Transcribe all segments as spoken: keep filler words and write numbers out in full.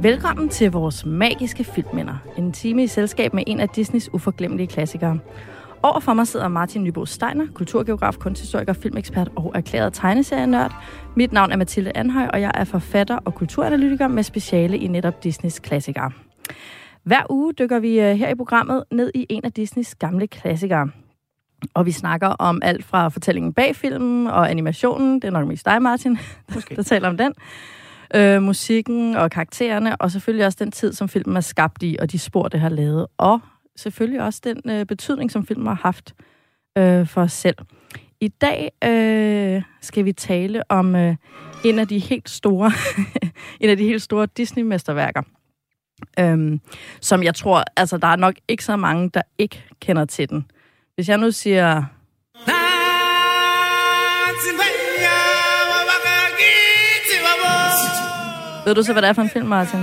Velkommen til vores magiske filmminder. En time i selskab med en af Disneys uforglemmelige klassikere. Overfor mig sidder Martin Nybo Steiner, kulturgeograf, kunsthistoriker, filmekspert og erklæret tegneserienørd. Mit navn er Mathilde Anhøj, og jeg er forfatter og kulturanalytiker med speciale i netop Disneys klassikere. Hver uge dykker vi her i programmet ned i en af Disneys gamle klassikere. Og vi snakker om alt fra fortællingen bag filmen og animationen. Det er nok mest dig, Martin, Måske. der taler om den. Øh, musikken og karaktererne, og selvfølgelig også den tid, som filmen er skabt i, og de spor, det har lavet. Og selvfølgelig også den øh, betydning, som filmen har haft øh, for os selv. I dag øh, skal vi tale om øh, en af de helt store, en af de helt store Disney-mesterværker, øh, som jeg tror, altså der er nok ikke så mange, der ikke kender til den. Hvis jeg nu siger... Ved du så, hvad det er for en film, Martin?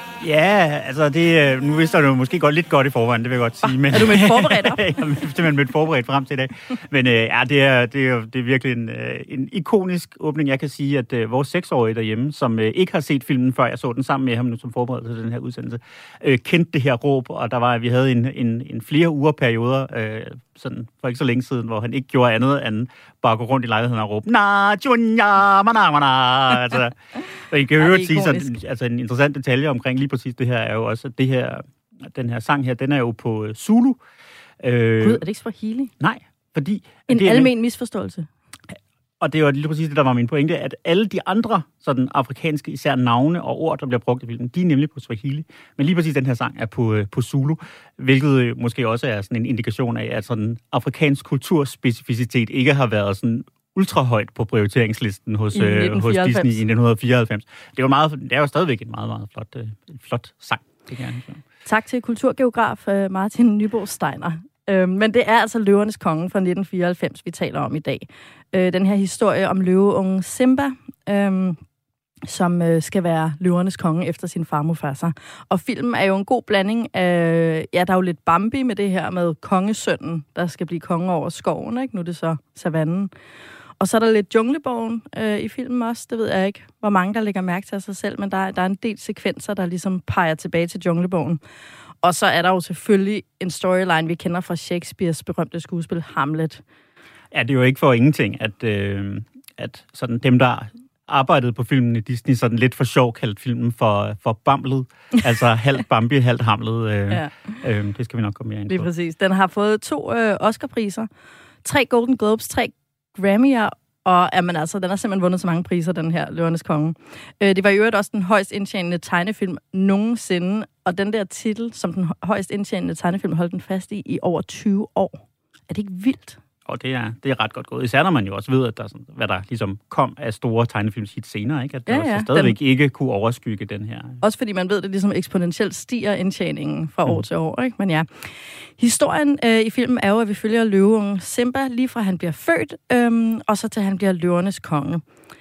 Ja, altså det, nu vidste jeg jo måske godt lidt godt i forvejen, det vil jeg godt sige. Men, er du med forberedt op? Jeg er simpelthen med forberedt frem til i dag. Men øh, ja, det er, det, er, det er virkelig en, øh, en ikonisk åbning. Jeg kan sige, at øh, vores seksårige derhjemme, som øh, ikke har set filmen før, jeg så den sammen med ham nu som forberedelse til den her udsendelse, øh, kendte det her råb, og der var, vi havde en, en, en flere uger perioder, øh, sådan for ikke så længe siden, hvor han ikke gjorde andet end bare gå rundt i lejligheden og råbe, na, junja, mana, mana. Altså, og I kan jo ja, sige, sådan, altså en interessant detalje omkring lige præcis det her er jo også, at det her, den her sang her, den er jo på uh, Zulu. Øh, Gud, er det ikke Swahili? Nej, fordi... En det er almen misforståelse. Og det var lige præcis det, der var min pointe, at alle de andre sådan afrikanske, især navne og ord, der bliver brugt i filmen, de er nemlig på Swahili. Men lige præcis den her sang er på, uh, på Zulu, hvilket måske også er sådan en indikation af, at sådan afrikansk kulturspecificitet ikke har været sådan ultrahøjt på prioriteringslisten hos, øh, hos Disney i nitten fireoghalvfems. Det var meget, det er jo stadigvæk en meget, meget flot, øh, flot sang. Det kan jeg tak til kulturgeograf øh, Martin Nybo Steiner. Øh, men det er altså Løvernes Konge fra nitten fireoghalvfems, vi taler om i dag. Øh, den her historie om løveungen Simba, øh, som øh, skal være løvernes konge efter sin far Mufasa. Og filmen er jo en god blanding af, ja, der er jo lidt Bambi med det her med kongesønnen, der skal blive konge over skoven, ikke? Nu er det så savannen. Og så er der lidt Junglebogen øh, i filmen også. Det ved jeg ikke, hvor mange der lægger mærke til sig selv, men der, der er en del sekvenser, der ligesom peger tilbage til Junglebogen. Og så er der jo selvfølgelig en storyline, vi kender fra Shakespeares berømte skuespil Hamlet. Ja, det er jo ikke for ingenting, at, øh, at sådan dem, der arbejdede på filmen i Disney, sådan lidt for sjov kaldt filmen for, for Bamlet. Altså halvt Bambi, halvt Hamlet. Øh, ja. øh, det skal vi nok komme mere ind på. Det er præcis. Den har fået to øh, Oscar-priser, tre Golden Globes, tre Grammy'er, og jamen, altså, den har simpelthen vundet så mange priser, den her Løvernes Konge. Øh, det var i øvrigt også den højst indtjenende tegnefilm nogensinde, og den der titel, som den højst indtjenende tegnefilm holdt den fast i i over tyve år. Er det ikke vildt? Og det er, det er ret godt gået. Især når man jo også ved, at der, sådan, hvad der ligesom kom af store tegnefilmshits senere, ikke? At det ja, ja. også stadigvæk den... ikke kunne overskygge den her. Også fordi man ved, at det ligesom eksponentielt stiger indtjeningen fra år mm. til år, ikke? Men ja, historien øh, i filmen er jo, at vi følger løveungen Simba lige fra han bliver født, øh, og så til han bliver løvernes konge.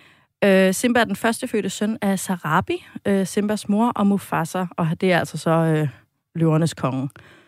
Øh, Simba er den første fødte søn af Sarabi, øh, Simbas mor, og Mufasa, og det er altså så øh, løvernes konge.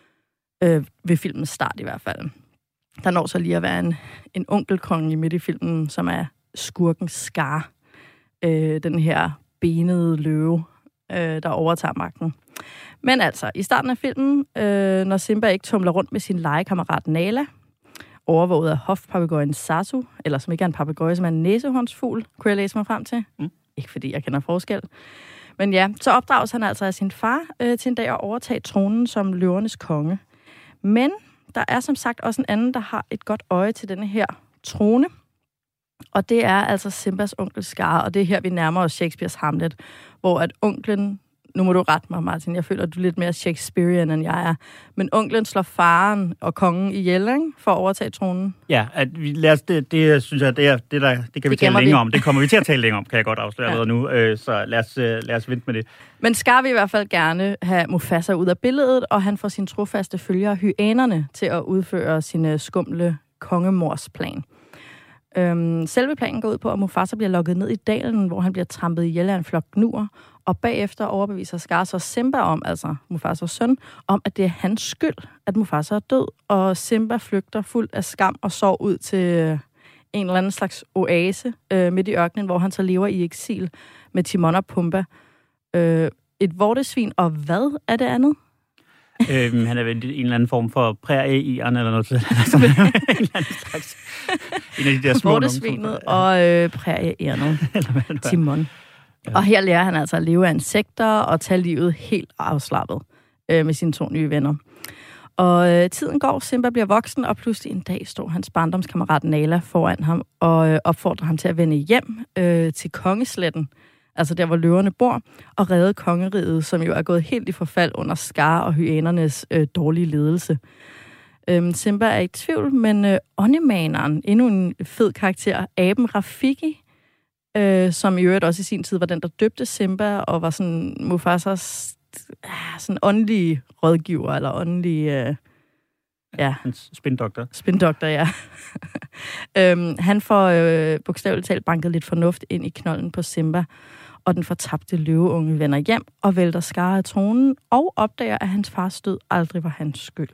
Øh, ved filmens start i hvert fald. Der når så lige at være en, en onkelkonge midt i filmen, som er skurken Scar. Øh, den her benede løve, øh, der overtager magten. Men altså, i starten af filmen, øh, når Simba ikke tumler rundt med sin legekammerat Nala, overvåget af hofpapegøjen Sasu, eller som ikke er en papegøje, som er en næsehåndsfugl, kunne jeg læse mig frem til. Mm. Ikke fordi jeg kender forskel. Men ja, så opdrages han altså af sin far øh, til en dag at overtage tronen som løvernes konge. Men der er som sagt også en anden, der har et godt øje til denne her trone. Og det er altså Simbas onkel Scar, og det er her, vi nærmer os Shakespeares Hamlet, hvor at onklen, nu må du rette mig, Martin, jeg føler, at du er lidt mere Shakespearean, end jeg er, men onklen slår faren og kongen ihjel, ikke, for at overtage tronen. Ja, at vi, lad os, det, det synes jeg, det, er, det, der, det kan vi det tale længere vi. om. Det kommer vi til at tale længere om, kan jeg godt afsløre ja. allerede nu. Øh, så lad os, lad os vente med det. Men Scar vil i hvert fald gerne have Mufasa ud af billedet, og han får sine trofaste følgere hyænerne til at udføre sine skumle kongemorsplan. Øhm, selve planen går ud på, at Mufasa bliver lukket ned i dalen, hvor han bliver trampet ihjel af en flok gnuer, og bagefter overbeviser Scar så Simba om, altså Mufasas søn, om at det er hans skyld, at Mufasa er død, og Simba flygter fuld af skam og sov ud til en eller anden slags oase øh, midt i ørkenen, hvor han så lever i eksil med Timon og Pumba. Øh, et vortesvin, og hvad er det andet? øhm, han er vel en eller anden form for prærieren eller noget. Altså, en eller anden slags... En af de der små vortesvinet og øh, prærieren. Timon. Ja. Og her lærer han altså at leve af insekter og tage livet helt afslappet øh, med sine to nye venner. Og øh, tiden går, Simba bliver voksen, og pludselig en dag står hans barndomskammerat Nala foran ham og øh, opfordrer ham til at vende hjem øh, til Kongesletten, altså der, hvor løverne bor, og redde kongeriget, som jo er gået helt i forfald under Scar og hyænernes øh, dårlige ledelse. Øhm, Simba er i tvivl, men øh, åndemaneren, endnu en fed karakter, aben Rafiki, øh, som i øvrigt også i sin tid var den, der døbte Simba, og var sådan Mufasas øh, sådan åndelig rådgiver, eller åndelig... Øh, ja. Hans spindoktor. Spindoktor, ja. øhm, han får øh, bogstaveligt talt banket lidt fornuft ind i knolden på Simba, og den fortabte løveunge vender hjem og vælter Scar af tronen, og opdager, at hans fars død aldrig var hans skyld.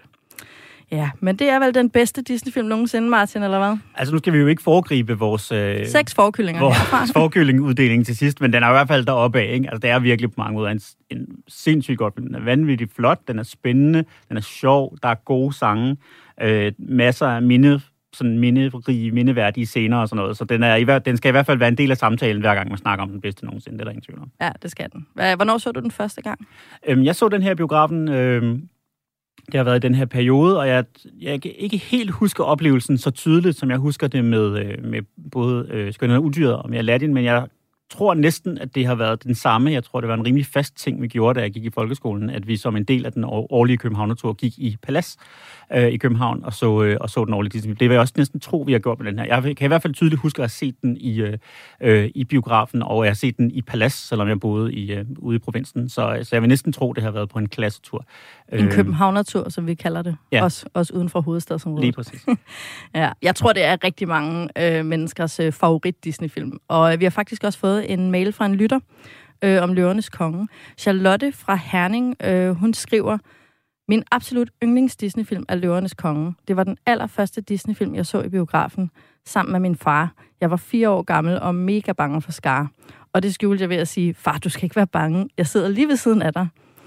Ja, men det er vel den bedste Disney-film nogensinde, Martin, eller hvad? Altså, nu skal vi jo ikke foregribe vores... Øh, Seks forkyllinger herfra. Vores forkyllinguddeling til sidst, men den er i hvert fald deroppe af, ikke? Altså, det er virkelig på mange måder en, en sindssygt godt film. Den er vanvittigt flot, den er spændende, den er sjov, der er gode sange, øh, masser af minde, sådan minderige, mindeværdige scener og sådan noget, så den, er, den skal i hvert fald være en del af samtalen, hver gang man snakker om den bedste nogensinde, det er der ingen tvivl om. Ja, det skal den. Hvornår så du den første gang? Øhm, jeg så den her i biografen... Øh, Det har været i den her periode, og jeg, jeg kan ikke helt huske oplevelsen så tydeligt, som jeg husker det med, med både øh, Skønheden og Udyret og med Aladdin, men jeg tror næsten, at det har været den samme. Jeg tror, det var en rimelig fast ting, vi gjorde, da jeg gik i folkeskolen, at vi som en del af den årlige Københavnertur gik i Palads øh, i København og så, øh, og så den årlige Disney. Det vil jeg også næsten tro, vi har gjort med den her. Jeg kan i hvert fald tydeligt huske at have set den i, øh, i biografen, og jeg har set den i Palads, selvom jeg boede i, øh, ude i provinsen. Så, så jeg vil næsten tro, det har været på en klassetur. En øh, Københavnertur, som vi kalder det. Ja. Også, også uden for hovedstadsområdet. Lige præcis. Ja, jeg tror, det er rigtig mange øh, menneskers øh, favorit Disney-film. Og øh, vi har faktisk også fået en mail fra en lytter øh, om Løvernes Konge. Charlotte fra Herning, øh, hun skriver, min absolut yndlings Disney-film er Løvernes Konge. Det var den allerførste Disney-film, jeg så i biografen, sammen med min far. Jeg var fire år gammel og mega bange for Scar. Og det skjulte jeg ved at sige, far, du skal ikke være bange. Jeg sidder lige ved siden af dig.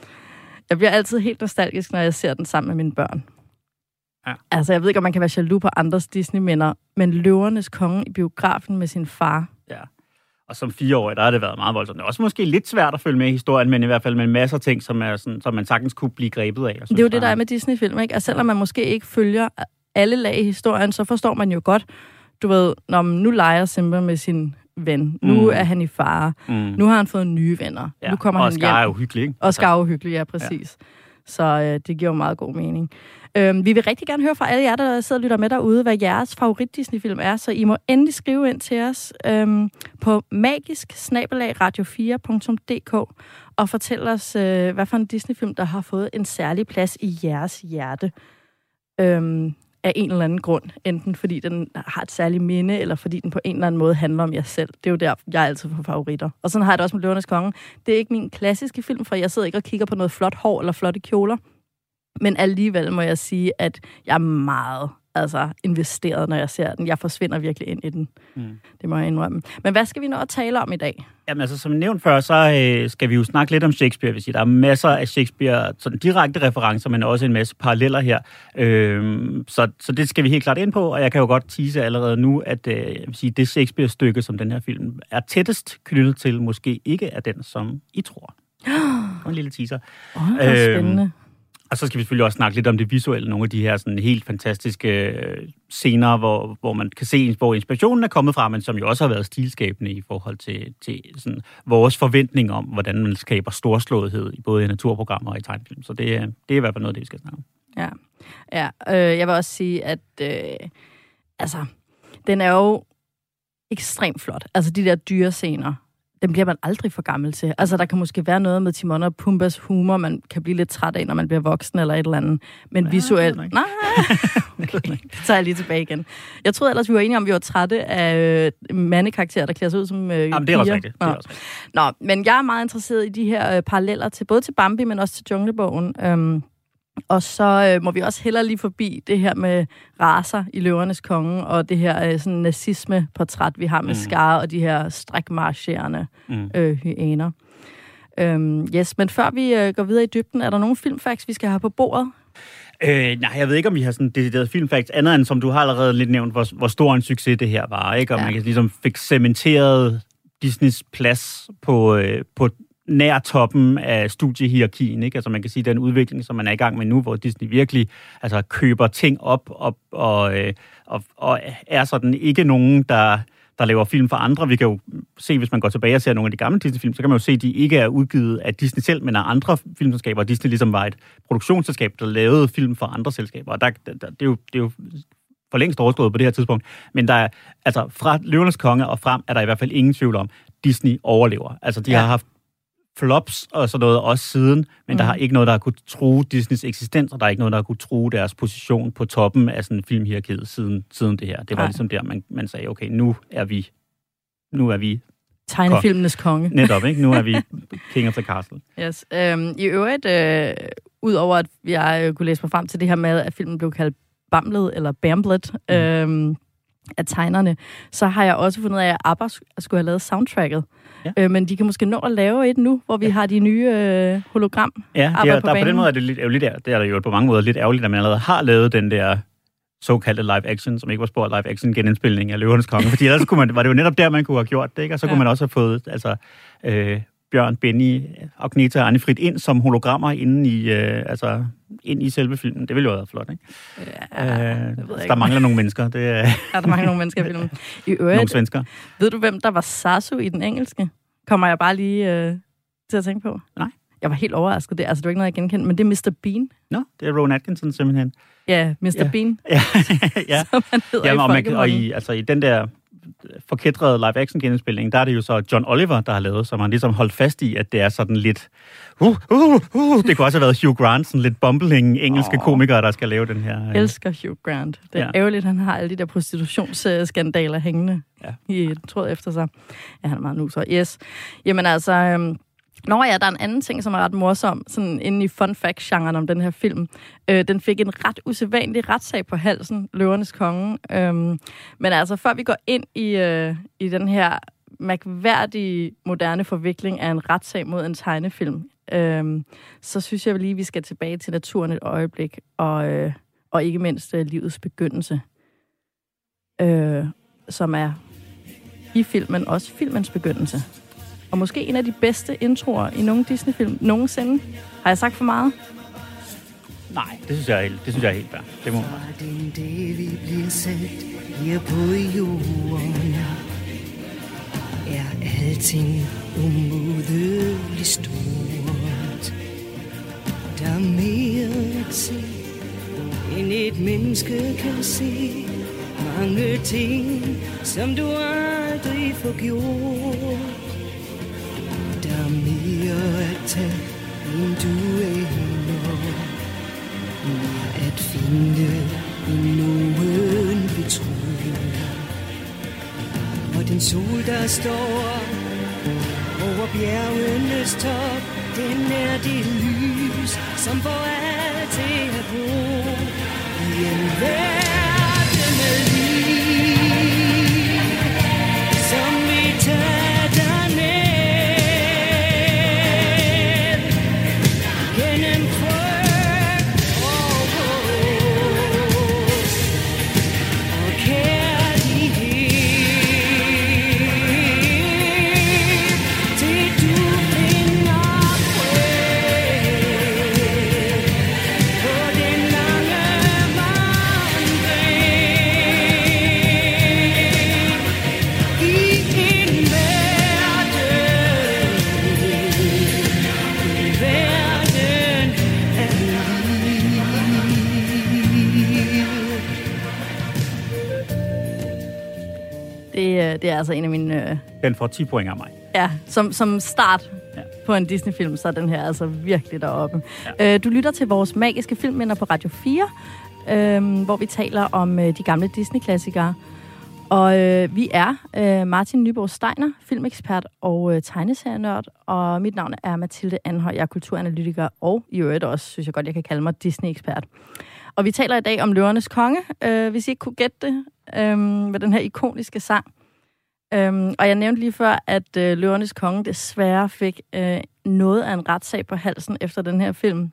Jeg bliver altid helt nostalgisk, når jeg ser den sammen med mine børn. Ja. Altså, jeg ved ikke, om man kan være jaloux på andres Disney-minder, men Løvernes Konge i biografen med sin far. Ja. Og som fireårig, der har det været meget voldsomt. Det er også måske lidt svært at følge med i historien, men i hvert fald med en masse ting, som, er sådan, som man sagtens kunne blive grebet af. Det er jo det, der er med Disney-film, ikke? Og selvom man måske ikke følger alle lag i historien, så forstår man jo godt, du ved, når nu leger Simba med sin ven. Nu mm. er han i fare. Mm. Nu har han fået nye venner. Ja. Nu kommer og han Scar hjem. er jo hyggelig, ikke? Og Scar er jo hyggelig, ja, præcis. Ja. Så øh, det giver jo meget god mening. Øhm, vi vil rigtig gerne høre fra alle jer, der sidder og lytter med derude, hvad jeres favorit Disney-film er, så I må endelig skrive ind til os øhm, på magisk snabel-a radio fire punktum d k og fortæl os, øh, hvad for en Disney-film, der har fået en særlig plads i jeres hjerte. Øhm, af en eller anden grund. Enten fordi den har et særligt minde, eller fordi den på en eller anden måde handler om jer selv. Det er jo der, jeg er altid for favoritter. Og sådan har jeg det også med Løvernes Konge. Det er ikke min klassiske film, for jeg sidder ikke og kigger på noget flot hår eller flotte kjoler. Men alligevel må jeg sige, at jeg er meget altså, investeret, når jeg ser den. Jeg forsvinder virkelig ind i den. Mm. Det må jeg indrømme. Men hvad skal vi nå at tale om i dag? Jamen altså, som nævnt før, så øh, skal vi jo snakke lidt om Shakespeare. Hvis der er masser af Shakespeare, sådan direkte referencer, men også en masse paralleller her. Øh, så, så det skal vi helt klart ind på, og jeg kan jo godt tease allerede nu, at øh, jeg vil sige, det Shakespeare-stykke, som den her film er tættest knyttet til, måske ikke er den, som I tror. Og en lille teaser. Åh, oh, det er spændende. Og så skal vi selvfølgelig også snakke lidt om det visuelle, nogle af de her sådan helt fantastiske øh, scener, hvor, hvor man kan se, hvor inspirationen er kommet fra, men som jo også har været stilskabende i forhold til, til sådan, vores forventning om, hvordan man skaber storslåethed i både i naturprogrammer og i tegnefilm. Så det, det er i hvert fald noget, det vi skal snakke om. Ja, ja øh, jeg vil også sige, at øh, altså, den er jo ekstremt flot. Altså de der dyrescener, den bliver man aldrig for gammel til. Altså, der kan måske være noget med Timon og Pumbas humor, man kan blive lidt træt af, når man bliver voksen eller et eller andet. Men ja, visuelt... Nej, okay. Det tager jeg lige tilbage igen. Jeg troede ellers, vi var enige om, vi var trætte af øh, mandekarakterer, der klæder sig ud som øh, Jamen, det er også rigtigt. Det er også rigtigt. Nå, men jeg er meget interesseret i de her øh, paralleller, til både til Bambi, men også til Junglebogen. Øhm, Og så øh, må vi også hellere lige forbi det her med racer i Løvernes Konge, og det her øh, sådan nazisme-portræt, vi har med mm. Scar og de her strækmarcherende mm. øh, hyæner. Øhm, yes, men før vi øh, går videre i dybden, er der nogle filmfacts, vi skal have på bordet? Øh, nej, jeg ved ikke, om vi har sådan decideret filmfacts, andet end, som du har allerede lidt nævnt, hvor, hvor stor en succes det her var, ikke? Og ja. Man kan ligesom fik cementeret Disneys plads på, øh, på nær toppen af studiehierarkien, ikke? Altså man kan sige, den udvikling, som man er i gang med nu, hvor Disney virkelig altså, køber ting op, op og, øh, og, og er sådan ikke nogen, der... der laver film for andre. Vi kan jo se, hvis man går tilbage og ser nogle af de gamle Disney-film, så kan man jo se, at de ikke er udgivet af Disney selv, men af andre filmselskaber. Disney ligesom var et produktionsselskab, der lavede film for andre selskaber. Og der, der, det, er jo, det er jo for længst overstået på det her tidspunkt. Men der er, altså fra Løvernes Konge og frem, er der i hvert fald ingen tvivl om, Disney overlever. Altså de ja. har haft flops og sådan noget også siden, men mm. der har ikke noget, der har kunne true Disneys eksistens, og der er ikke noget, der har kunne true deres position på toppen af sådan filmhierarkiet siden, siden det her. Det var Nej. ligesom der, man, man sagde, okay, nu er vi nu er vi tegnefilmenes konge. Netop, ikke? Nu er vi King of the Castle. Yes. Øhm, I øvrigt, øh, udover at jeg øh, kunne læse mig frem til det her med, at filmen blev kaldt Bamlet, eller Bamblet, mm. øh, af tegnerne, så har jeg også fundet af, at ABBA skulle have lavet soundtracket. Ja. Øh, men de kan måske nå at lave et nu, hvor vi ja. har de nye øh, hologram. Ja, det er, på, der, på den måde er det lidt ærgerligt. Det er der jo på mange måder lidt ærgerligt, at man allerede har lavet den der såkaldte live action, som ikke var spor live action genindspilning af Løvernes Konge. Fordi ellers kunne man, var det jo netop der, man kunne have gjort det, ikke? Og så ja. kunne man også have fået altså, øh, Bjørn, Benny, Agneta og Anne-Frid ind som hologrammer inde i, øh, altså, ind i selve filmen. Det ville jo have været flot, ikke? Ja, øh, der mangler nogle mennesker. Det, øh... ja, der mangler nogle mennesker i filmen. I øvrigt, nogle svensker. Ved du, hvem der var Sasu i den engelske? Kommer jeg bare lige øh, til at tænke på? Nej. Jeg var helt overrasket. Det, altså, det var ikke noget, jeg genkendte, men det er mister Bean. Nå, no, det er Rowan Atkinson simpelthen. Ja, mister Ja. Bean. Ja, ja. Som han hedder Jamen, i og, man, og i, altså, i den der forkætrede live-action-genindspilning, der er det jo så John Oliver, der har lavet, som han ligesom holdt fast i, at det er sådan lidt... Uh, uh, uh, det kunne også have været Hugh Grant, sådan lidt bumbling engelske oh. komikere, der skal lave den her... Jeg elsker Hugh Grant. Det er ja. ærgerligt, han har alle de der prostitutionsskandaler hængende ja. i et tråd efter sig. Ja, han er meget nuser. Yes. Jamen altså... Øhm, Nå ja, der er en anden ting, som er ret morsom, sådan inde i fun fact-genren om den her film. Øh, den fik en ret usædvanlig retssag på halsen, Løvernes Konge. Øhm, men altså, før vi går ind i, øh, i den her mærkværdige, moderne forvikling af en retssag mod en tegnefilm, øh, så synes jeg lige, vi skal tilbage til naturen et øjeblik, og, øh, og ikke mindst øh, livets begyndelse, øh, som er i filmen også filmens begyndelse. Og måske en af de bedste introer i nogle Disney-film nogensinde. Har jeg sagt for meget? Nej, det synes jeg er helt, det synes jeg er helt fair. Det må man. Fra den dag, vi bliver sat her på jorden, er alting umådeligt stort. Der er mere at se, end et menneske kan se. Mange ting, som du aldrig får gjort. Der er mere at tage, end du aner. Mere at finde, end nogen betroede. Og den sol, der står over bjergenes top, den er det lys, som får alt til at bo. I en verden af liv, som vi tager derned. Det er altså en af mine... Øh... Den får ti point af mig. Ja, som, som start ja. på en Disney-film, så er den her altså virkelig deroppe. Ja. Øh, du lytter til vores magiske filmminder på Radio fire, øh, hvor vi taler om øh, de gamle Disney-klassikere. Og øh, vi er øh, Martin Nyborg Steiner, filmekspert og øh, tegneserienørd, og mit navn er Mathilde Anhøj, jeg er kulturanalytiker, og i øvrigt også, synes jeg godt, jeg kan kalde mig Disney-ekspert. Og vi taler i dag om Løvernes Konge, øh, hvis I ikke kunne gætte det, øh, med den her ikoniske sang. Øhm, og jeg nævnte lige før, at øh, Løvernes Konge desværre fik øh, noget af en retssag på halsen efter den her film.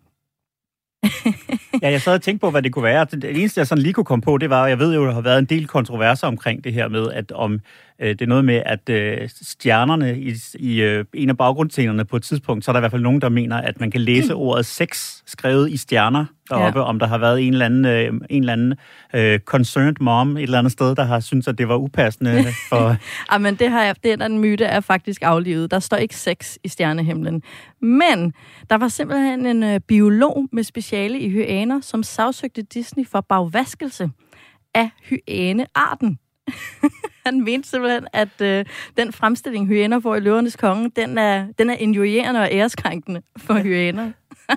Ja, jeg sad og tænkte på, hvad det kunne være. Det eneste, jeg sådan lige kunne komme på, det var, og jeg ved jo, der har været en del kontroverser omkring det her med, at om øh, det er noget med, at øh, stjernerne i, i øh, en af baggrundsscenerne på et tidspunkt, så er der i hvert fald nogen, der mener, at man kan læse ordet sex skrevet i stjerner deroppe, ja. Om der har været en eller anden, øh, en eller anden øh, concerned mom et eller andet sted, der har syntes, at det var upassende for... Ja, men det har jeg, det er den myte er faktisk aflivet. Der står ikke sex i stjernehimlen. Men der var simpelthen en øh, biolog med speciale i hyæner, som sagsøgte Disney for bagvaskelse af hyænearten. Han mente simpelthen, at øh, den fremstilling, hyæner får i Løvernes Konge, den er, den er injurierende og æreskrænkende for hyæner.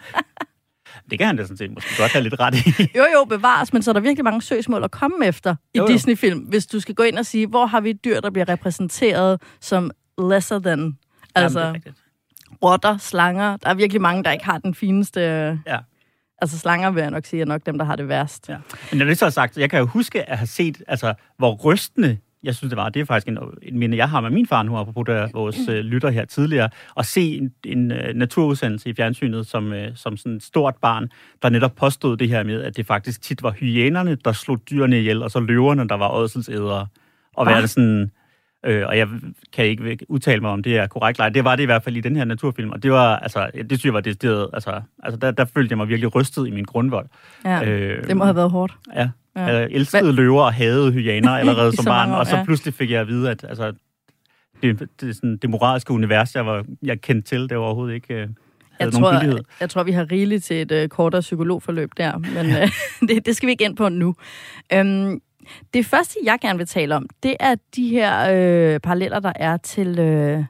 Det kan han da sådan set måske godt have lidt ret i. Jo, jo, bevares, men så er der virkelig mange søgsmål at komme efter i jo, jo. Disney-film, hvis du skal gå ind og sige, hvor har vi et dyr, der bliver repræsenteret som lesser than? Altså, rotter, slanger. Der er virkelig mange, der ikke har den fineste... Ja. Altså slanger, vil jeg nok sige, er nok dem, der har det værst. Ja. Men når det så er sagt, jeg kan jo huske at have set, altså, hvor rystende, jeg synes det var, det er faktisk en, en minde, jeg har med min far nu, apropos der vores øh, lytter her tidligere, at se en, en uh, naturudsendelse i fjernsynet som, øh, som sådan et stort barn, der netop påstod det her med, at det faktisk tit var hyænerne, der slog dyrene ihjel, og så løverne, der var ådselsædere. Og hvad er det sådan... Øh, og jeg kan ikke udtale mig om det er korrekt. Nej, det var det i hvert fald i den her naturfilm, og det var, altså, det synes jeg var decideret, altså, altså der, der følte jeg mig virkelig rystet i min grundvold. Ja, øh, det må have været hårdt. Ja, ja. Jeg elskede Hva? løver og hadede hyæner allerede som barn, og så ja. pludselig fik jeg at vide, at altså, det, det, sådan, det moralske univers, jeg var jeg kendte til, det var overhovedet ikke... Øh, Jeg tror, jeg, jeg tror, vi har rigeligt til et uh, kortere psykologforløb der, men uh, det, det skal vi ikke ind på nu. Um, Det første, jeg gerne vil tale om, det er de her øh, paralleller, der er til, øh,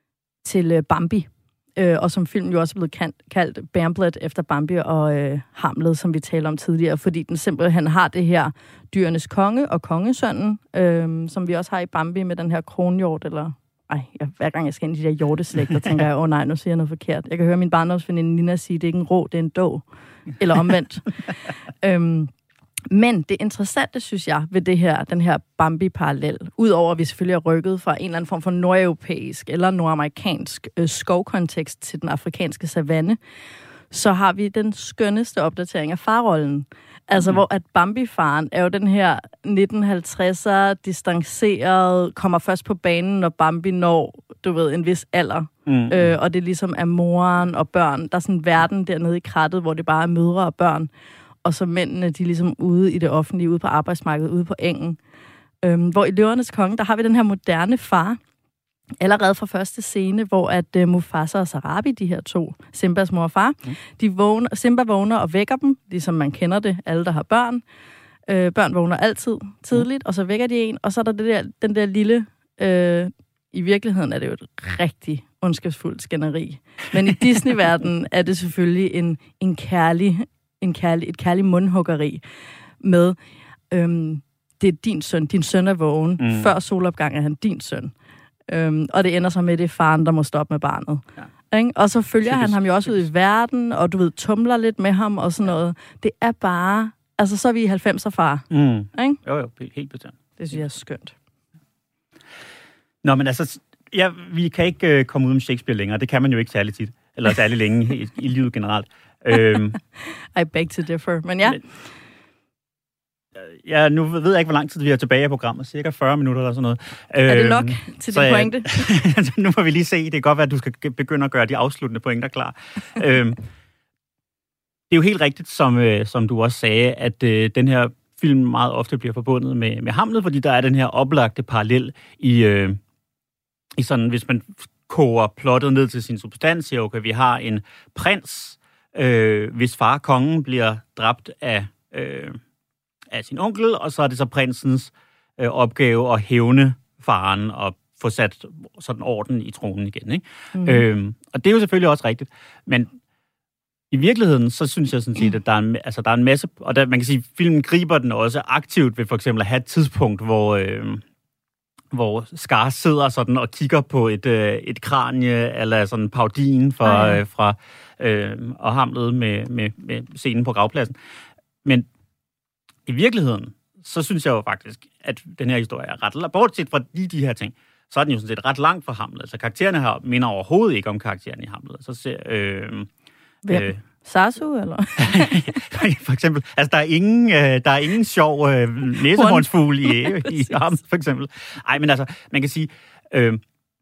til øh, Bambi. Øh, og som filmen jo også er blevet kaldt, kaldt Bamblett efter Bambi og øh, Hamlet, som vi talte om tidligere. Fordi den simpelthen har det her dyrenes konge og kongesønnen, øh, som vi også har i Bambi med den her kronhjort. Eller, ej, jeg, hver gang jeg skal ind i de der hjorteslægter, tænker jeg, åh oh, nej, nu siger jeg noget forkert. Jeg kan høre min barndomsveninde Nina sige, det er ikke en rå, det er en dog. Eller omvendt. øhm, Men det interessante, synes jeg, ved det her, den her Bambi-parallel, udover at vi selvfølgelig er rykket fra en eller anden form for nordeuropæisk eller nordamerikansk øh, skovkontekst til den afrikanske savanne, så har vi den skønneste opdatering af farrollen. Altså, mm. hvor at Bambi-faren er jo den her nitten halvtredser, distanceret, kommer først på banen, når Bambi når, du ved, en vis alder. Mm. Øh, og det ligesom er moren og børn. Der er sådan en verden dernede i krattet, hvor det bare er mødre og børn. Og så mændene, de er ligesom ude i det offentlige, ude på arbejdsmarkedet, ude på engen. Øhm, hvor i Løvernes Konge, der har vi den her moderne far, allerede fra første scene, hvor at uh, Mufasa og Sarabi, de her to, Simbas mor og far, mm. de vågner, Simba vågner og vækker dem, ligesom man kender det, alle der har børn. Øh, børn vågner altid tidligt, mm. og så vækker de en, og så er der, det der den der lille... Øh, i virkeligheden er det jo et rigtig ondskabsfuldt skænderi. Men i Disney-verdenen er det selvfølgelig en, en kærlig... En kærlig, et kærligt mundhuggeri med, øhm, det er din søn, din søn er vågen, mm. før solopgang er han din søn. Øhm, og det ender så med, det er faren, der må stoppe med barnet. Ja. Og så følger typisk, han ham jo også typisk. ud i verden, og du ved, tumler lidt med ham og sådan noget. Det er bare, altså så er vi i halvfemser far. Mm. Ikke? Jo, jo, helt bestemt. Det synes jeg er skønt. Nå, men altså, ja, vi kan ikke øh, komme uden Shakespeare længere. Det kan man jo ikke særlig tit, eller særlig længe i, i livet generelt. øhm, I beg to differ, men ja. Men, ja, nu ved jeg ikke, hvor lang tid vi har tilbage i programmet. Cirka fyrre minutter eller sådan noget. Er det nok til din pointe? Nu må vi lige se. Det kan godt være, at du skal begynde at gøre de afsluttende pointer klar. øhm, det er jo helt rigtigt, som, øh, som du også sagde, at øh, den her film meget ofte bliver forbundet med, med Hamlet, fordi der er den her oplagte parallel i, øh, i sådan, hvis man koger plottet ned til sin substans, siger, okay, vi har en prins, Øh, hvis far, kongen, bliver dræbt af, øh, af sin onkel, og så er det så prinsens øh, opgave at hævne faren og få sat sådan orden i tronen igen. Ikke? Mm. Øh, og det er jo selvfølgelig også rigtigt. Men i virkeligheden, så synes jeg sådan set, at der er en, altså, der er en masse... Og der, man kan sige, at filmen griber den også aktivt ved for eksempel at have et tidspunkt, hvor... Øh, hvor Scar sidder sådan og kigger på et, øh, et kranie, eller sådan parodien fra, ja, ja. øh, fra øh, og Hamlet med, med, med scenen på gravpladsen. Men i virkeligheden, så synes jeg jo faktisk, at den her historie er ret, bortset fra de, de her ting, så er den jo sådan set ret langt fra Hamlet. Altså karaktererne her minder overhovedet ikke om karaktererne i Hamlet. Så ser... Øh, Hvem? Øh, Sasu, eller? for eksempel. Altså, der er ingen, øh, der er ingen sjov øh, næsehornsfugl i, i Hamlet, for eksempel. Ej, men altså, man kan sige... Øh,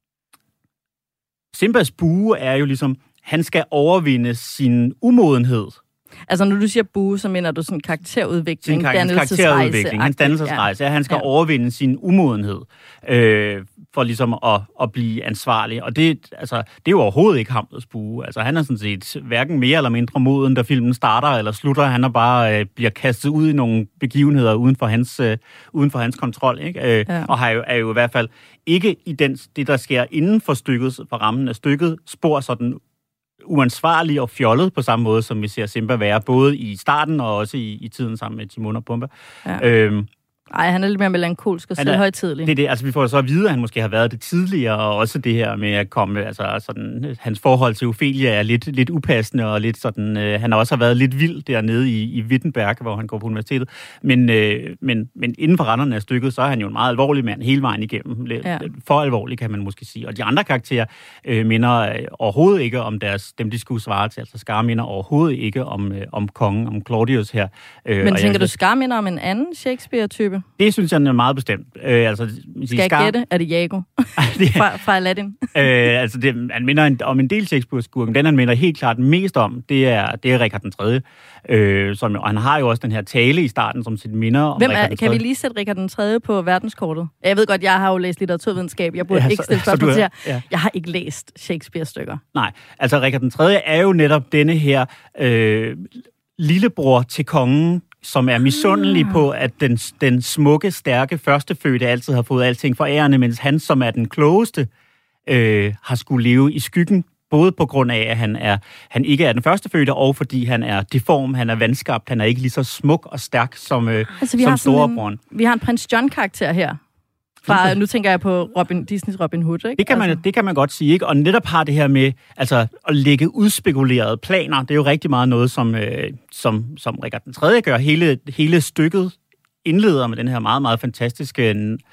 Simbas bue er jo ligesom, han skal overvinde sin umodenhed. Altså, når du siger bue, så mener du sådan karakterudvikling, sin karakterudvikling, hans dannelsesrejse. Ja. Han skal ja. overvinde sin umodenhed øh, for ligesom at, at blive ansvarlig. Og det, altså, det er jo overhovedet ikke Hamlets bue. Altså, han er sådan set hverken mere eller mindre moden, da filmen starter eller slutter. Han er bare øh, bliver kastet ud i nogle begivenheder uden for hans, øh, uden for hans kontrol. Ikke? Øh, ja. Og har jo, er jo i hvert fald ikke i den, det, der sker inden for stykket, for rammen af stykket, spor sådan uansvarlig og fjollet på samme måde, som vi ser Simba være, både i starten og også i, i tiden sammen med Timon og Pumba. Ja. Øhm, Ej, han er lidt mere melankolsk og selvhøjtidlig. Det er det, altså vi får så at vide, at han måske har været det tidligere, og også det her med at komme, altså sådan, hans forhold til Ophelia er lidt, lidt upassende, og lidt sådan, øh, han har også været lidt vild dernede i, i Wittenberg, hvor han går på universitetet, men, øh, men, men inden for randerne af stykket, så er han jo en meget alvorlig mand hele vejen igennem. Lidt, ja. For alvorlig, kan man måske sige. Og de andre karakterer øh, minder øh, overhovedet ikke om deres, dem de skulle svare til, altså Scar minder overhovedet ikke om, øh, om kongen, om Claudius her. Øh, men tænker jeg, du, Scar minder om en anden Shakespeare-type? Det synes jeg er meget bestemt. Øh, altså, Skal jeg gætte? Er det Iago fra, fra Aladdin? øh, altså, det, han minder en, om en del Shakespeare-skurken. Den, han minder helt klart mest om, det er, det er Richard den tredje. Øh, som, og han har jo også den her tale i starten, som sit minder om Hvem er, Richard den tredje. Kan vi lige sætte Richard den tredje på verdenskortet? Jeg ved godt, jeg har jo læst litteraturvidenskab. Jeg burde ja, ikke stille spørgsmål til jer. Ja. Jeg har ikke læst Shakespeare-stykker. Nej, altså Richard den tredje er jo netop denne her øh, lillebror til kongen, som er misundelig ah. på, at den, den smukke, stærke førstefødte altid har fået alting forærende, mens han, som er den klogeste, øh, har skulle leve i skyggen, både på grund af, at han, er, han ikke er den førstefødte, og fordi han er deform, han er vandskabt, han er ikke lige så smuk og stærk som, øh, altså, vi som storebroren. Vi har en prins John-karakter her. Fra, nu tænker jeg på Robin, Disneys Robin Hood, ikke? Det kan, man, altså. det kan man godt sige, ikke? Og netop har det her med altså, at lægge udspekulerede planer, det er jo rigtig meget noget, som, øh, som, som Richard den tredje gør. Hele, hele stykket indleder med den her meget, meget fantastiske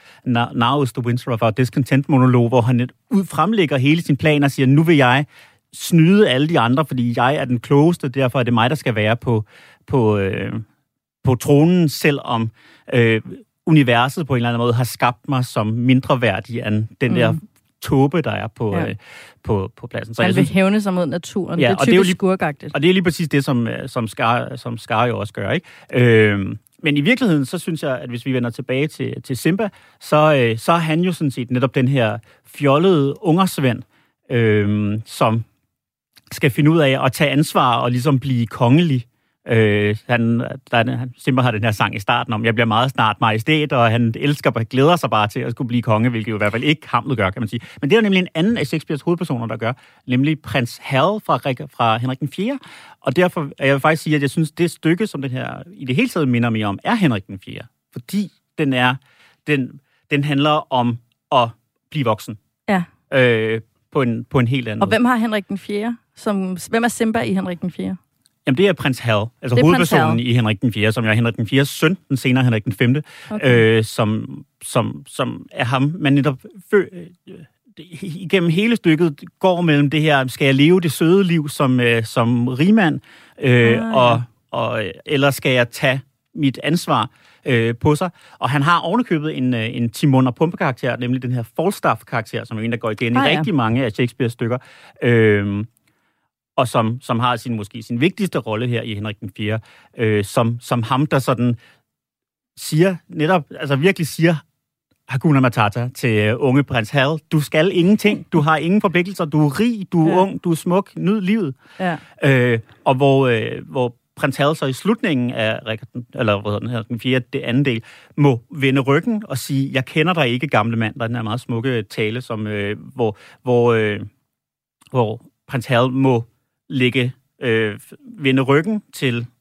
Now is the Winter of Our Discontent-monolog, hvor han ud fremlægger hele sin plan og siger, nu vil jeg snyde alle de andre, fordi jeg er den klogeste, derfor er det mig, der skal være på, på, øh, på tronen, selvom øh, universet på en eller anden måde har skabt mig som mindre værdig end den mm. der tåbe, der er på, ja. øh, på, på pladsen. Så han vil hævne sig mod naturen. Ja, det er typisk skurkagtigt. Og det er lige præcis det, som, som, Scar, som Scar jo også gør, ikke? Øh, men i virkeligheden, så synes jeg, at hvis vi vender tilbage til, til Simba, så, øh, så er han jo sådan set netop den her fjollede ungersvend, øh, som skal finde ud af at tage ansvar og ligesom blive kongelig. Øh, han, der, han, Simba har den her sang i starten om, jeg bliver meget snart majestæt, og han elsker og glæder sig bare til at skulle blive konge, hvilket jo i hvert fald ikke Hamlet gør, kan man sige. Men det er jo nemlig en anden af Shakespeares hovedpersoner, der gør, nemlig prins Hal fra, fra Henrik den fjerde. Og derfor jeg vil faktisk sige, at jeg synes, det stykke, som den her i det hele taget minder mere om, er Henrik den fjerde. Fordi den er, den, den handler om at blive voksen. Ja. Øh, på, en, på en helt anden Og måde. Hvem har Henrik den fjerde? Som, hvem er Simba i Henrik den fjerde? Jamen, det er prins Hal, altså hovedpersonen i Henrik den fjerde, som jo er Henrik den fjerdes søn, den senere Henrik den femte, okay. øh, som, som, som er ham, man netop fø, øh, igennem hele stykket går mellem det her, skal jeg leve det søde liv som, øh, som rigmand, øh, ah, og, og, eller skal jeg tage mit ansvar øh, på sig. Og han har ovenikøbet en, en Timon og Pumba-karakter, nemlig den her Falstaff-karakter, som er en, der går igen ah, i ja. rigtig mange af Shakespeares stykker, øh, og som, som har sin måske sin vigtigste rolle her i Henrik den fjerde, øh, som, som ham, der sådan siger, netop, altså virkelig siger, Hakuna Matata til uh, unge prins Hal, du skal ingenting, du har ingen forpligtelser, du er rig, du er ja. ung, du er smuk, nyd livet. Ja. Øh, og hvor, øh, hvor prins Hal så i slutningen af Richard, eller hvad hedder den her, den fjerde, det anden del, må vende ryggen og sige, jeg kender dig ikke, gamle mand, der er den her meget smukke tale, som, øh, hvor, hvor, øh, hvor prins Hal må lægge, øh, vende ryggen til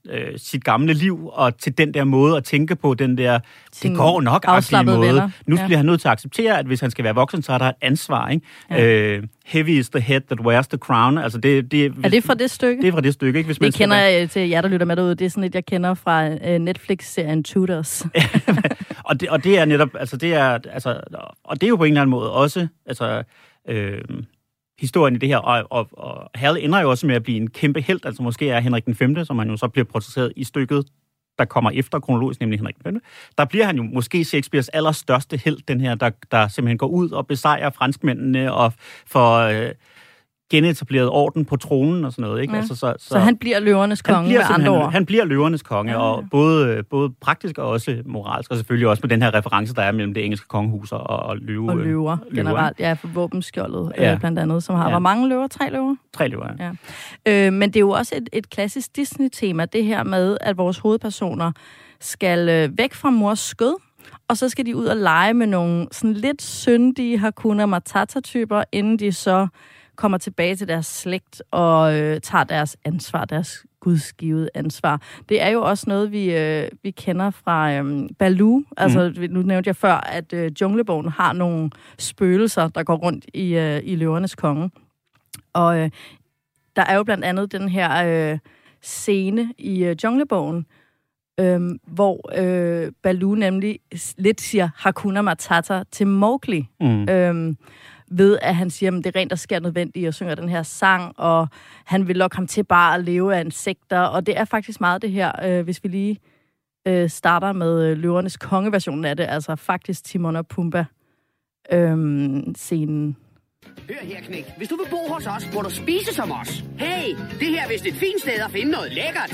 øh, sit gamle liv, og til den der måde at tænke på, den der, Sin det går nok afslappede måde. venner. Nu Ja. bliver han nødt til at acceptere, at hvis han skal være voksen, så er der et ansvar, ikke? Ja. Øh, heavy is the head that wears the crown. Altså det, det, Er det fra det stykke? Det er fra det stykke, ikke? Hvis man det kender være... jeg til jer, der lytter med derude. Det er sådan et, jeg kender fra uh, Netflix-serien Tudors. og, det, og det er netop, altså det er, altså, og det er jo på en eller anden måde også, altså, øh, historien i det her, og, og, og Hal ender jo også med at blive en kæmpe helt, altså måske er Henrik den femte, som han jo så bliver portrætteret i stykket, der kommer efter kronologisk, nemlig Henrik den femte. Der bliver han jo måske Shakespeares allerstørste helt, den her, der, der simpelthen går ud og besejrer franskmændene og får øh, genetableret orden på tronen og sådan noget. Ikke? Ja. Altså, så, så, så han bliver løvernes konge med andre ord? Han bliver løvernes konge, ja, ja. Ja. og både, både praktisk og også moralsk, og selvfølgelig også med den her reference, der er mellem det engelske kongehus og, og løve. Og løver, generelt. Ja, for våbenskjoldet ja. øh, blandt andet, som har... Ja. Hvor mange løver? Tre løver? Tre løver, ja. ja. Øh, men det er jo også et, et klassisk Disney-tema, det her med, at vores hovedpersoner skal øh, væk fra mors skød, og så skal de ud og lege med nogle sådan lidt syndige Hakuna Matata-typer, inden de så kommer tilbage til deres slægt og øh, tager deres ansvar, deres gudsgivede ansvar. Det er jo også noget, vi, øh, vi kender fra øh, Baloo. Altså, mm. nu nævnte jeg før, at øh, Junglebogen har nogle spøgelser, der går rundt i, øh, i løvernes konge. Og øh, der er jo blandt andet den her øh, scene i øh, Junglebogen, øh, hvor øh, Baloo nemlig lidt siger Hakuna Matata til Mowgli. Mm. Øh, ved at han siger, at det er rent, der sker nødvendigt, og synger den her sang, og han vil lokke ham til bare at leve af insekter, og det er faktisk meget det her, øh, hvis vi lige øh, starter med øh, løvernes kongeversionen af det, altså faktisk Timon og Pumba øh, scenen. Hør her, knægt. Hvis du vil bo hos os, må du spise som os. Hey, det her er vist et fint sted at finde noget lækkert.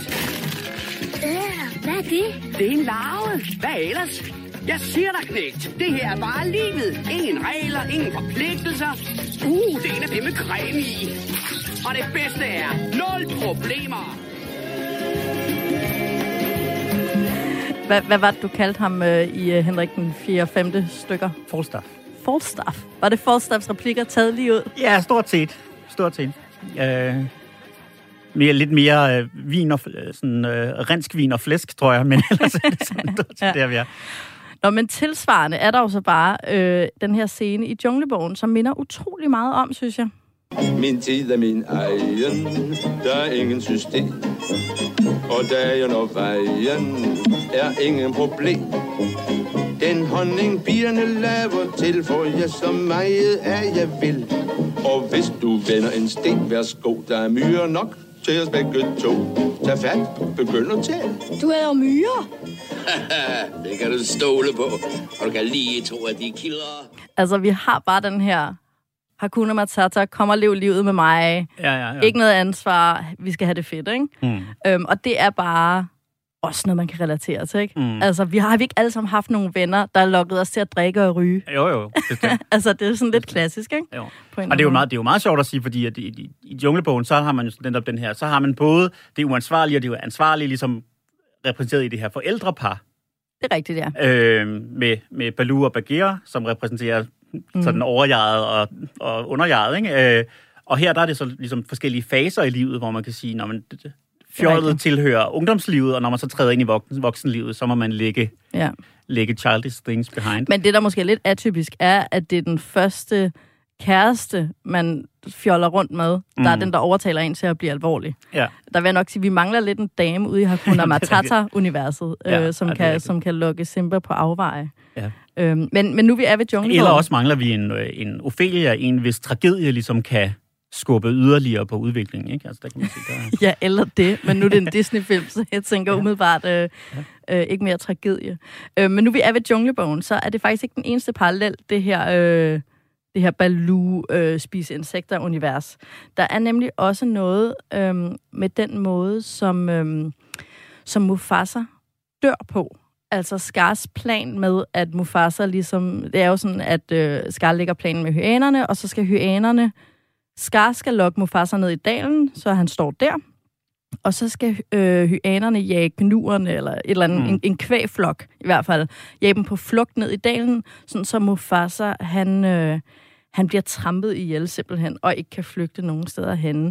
Øh, hvad er det? Det er en larve. Hvad ellers? Jeg siger dig, knægt. Det her er bare livet. Ingen regler, ingen forpligtelser. Uh, det er en af dem med creme i. Og det bedste er, nul problemer. Hvad, hvad var det, du kaldte ham øh, i øh, Henrik den fjerde og femte stykker? Falstaff. Falstaff? Var det Falstaffs replikker taget lige ud? Ja, stort set. Stort set. Øh, mere, lidt mere øh, vin og, sådan, øh, rensk vin og flæsk, tror jeg, men ellers er det sådan, ja. Der vi er. Nå, men tilsvarende er der jo så bare øh, den her scene i Junglebogen, som minder utrolig meget om, synes jeg. Min tid er min egen, der er ingen system. Og dagen og vejen er ingen problem. Den honning bierne laver til, for jeg så meget af jeg vil. Og hvis du vender en sten, værsgo, der er myrer nok til os begge to. Tag fat, begynd at tale. Du er jo myrer. Det kan du stole på, og du kan lige tro, at de er kildere. Altså, vi har bare den her Hakuna Matata, kom og lev livet med mig. Ja, ja, ja. Ikke noget ansvar, vi skal have det fedt, ikke? Mm. Øhm, og det er bare også noget, man kan relatere til, ikke? Mm. Altså, vi har, har vi ikke alle sammen haft nogle venner, der har lukket os til at drikke og ryge? Jo, jo. Altså, det er sådan lidt klassisk, ikke? Jo. Og det er, jo meget, det er jo meget sjovt at sige, fordi at i, i, i Junglebogen, så har man jo den, den her, så har man både det uansvarlige og det uansvarlige, ligesom repræsenteret i det her forældrepar. Det er rigtigt, ja. Øh, med, med Baloo og Bagheera, som repræsenterer mm. sådan overjaget og, og underjaget, ikke? Øh, og her der er det så ligesom forskellige faser i livet, hvor man kan sige, når man fjollet tilhører ungdomslivet, og når man så træder ind i voksen, voksenlivet, så må man lægge, ja. lægge childish things behind. Men det, der måske er lidt atypisk, er, at det er den første kæreste, man fjoller rundt med, der mm. er den, der overtaler en til at blive alvorlig. Ja. Der vil jeg nok sige, at vi mangler lidt en dame ude i Hakuna Matata-universet, ja, øh, som, ja, kan, som kan lukke Simba på afveje. Ja. Øhm, men, men nu vi er ved Junglebogen. Eller også mangler vi en, en Ophelia, en hvis tragedie ligesom kan skubbe yderligere på udviklingen, ikke? Altså, der kan man sige, der... Ja, eller det. Men nu er det en Disney-film, så jeg tænker ja. umiddelbart øh, øh, ikke mere tragedie. Øh, men nu vi er ved Junglebogen, så er det faktisk ikke den eneste parallel, det her, øh, det her Baloo øh, spise insekter-univers. Der er nemlig også noget øh, med den måde, som, øh, som Mufasa dør på. Altså Skars plan med, at Mufasa ligesom... Det er jo sådan, at øh, Scar lægger planen med hyænerne, og så skal hyænerne... Scar skal lokke Mufasa ned i dalen, så han står der. Og så skal øh, hyænerne jage gnuerne, eller et eller andet, mm. en, en kvægflok i hvert fald, jage dem på flugt ned i dalen, sådan så Mufasa, han, øh, han bliver trampet ihjel simpelthen, og ikke kan flygte nogen steder henne.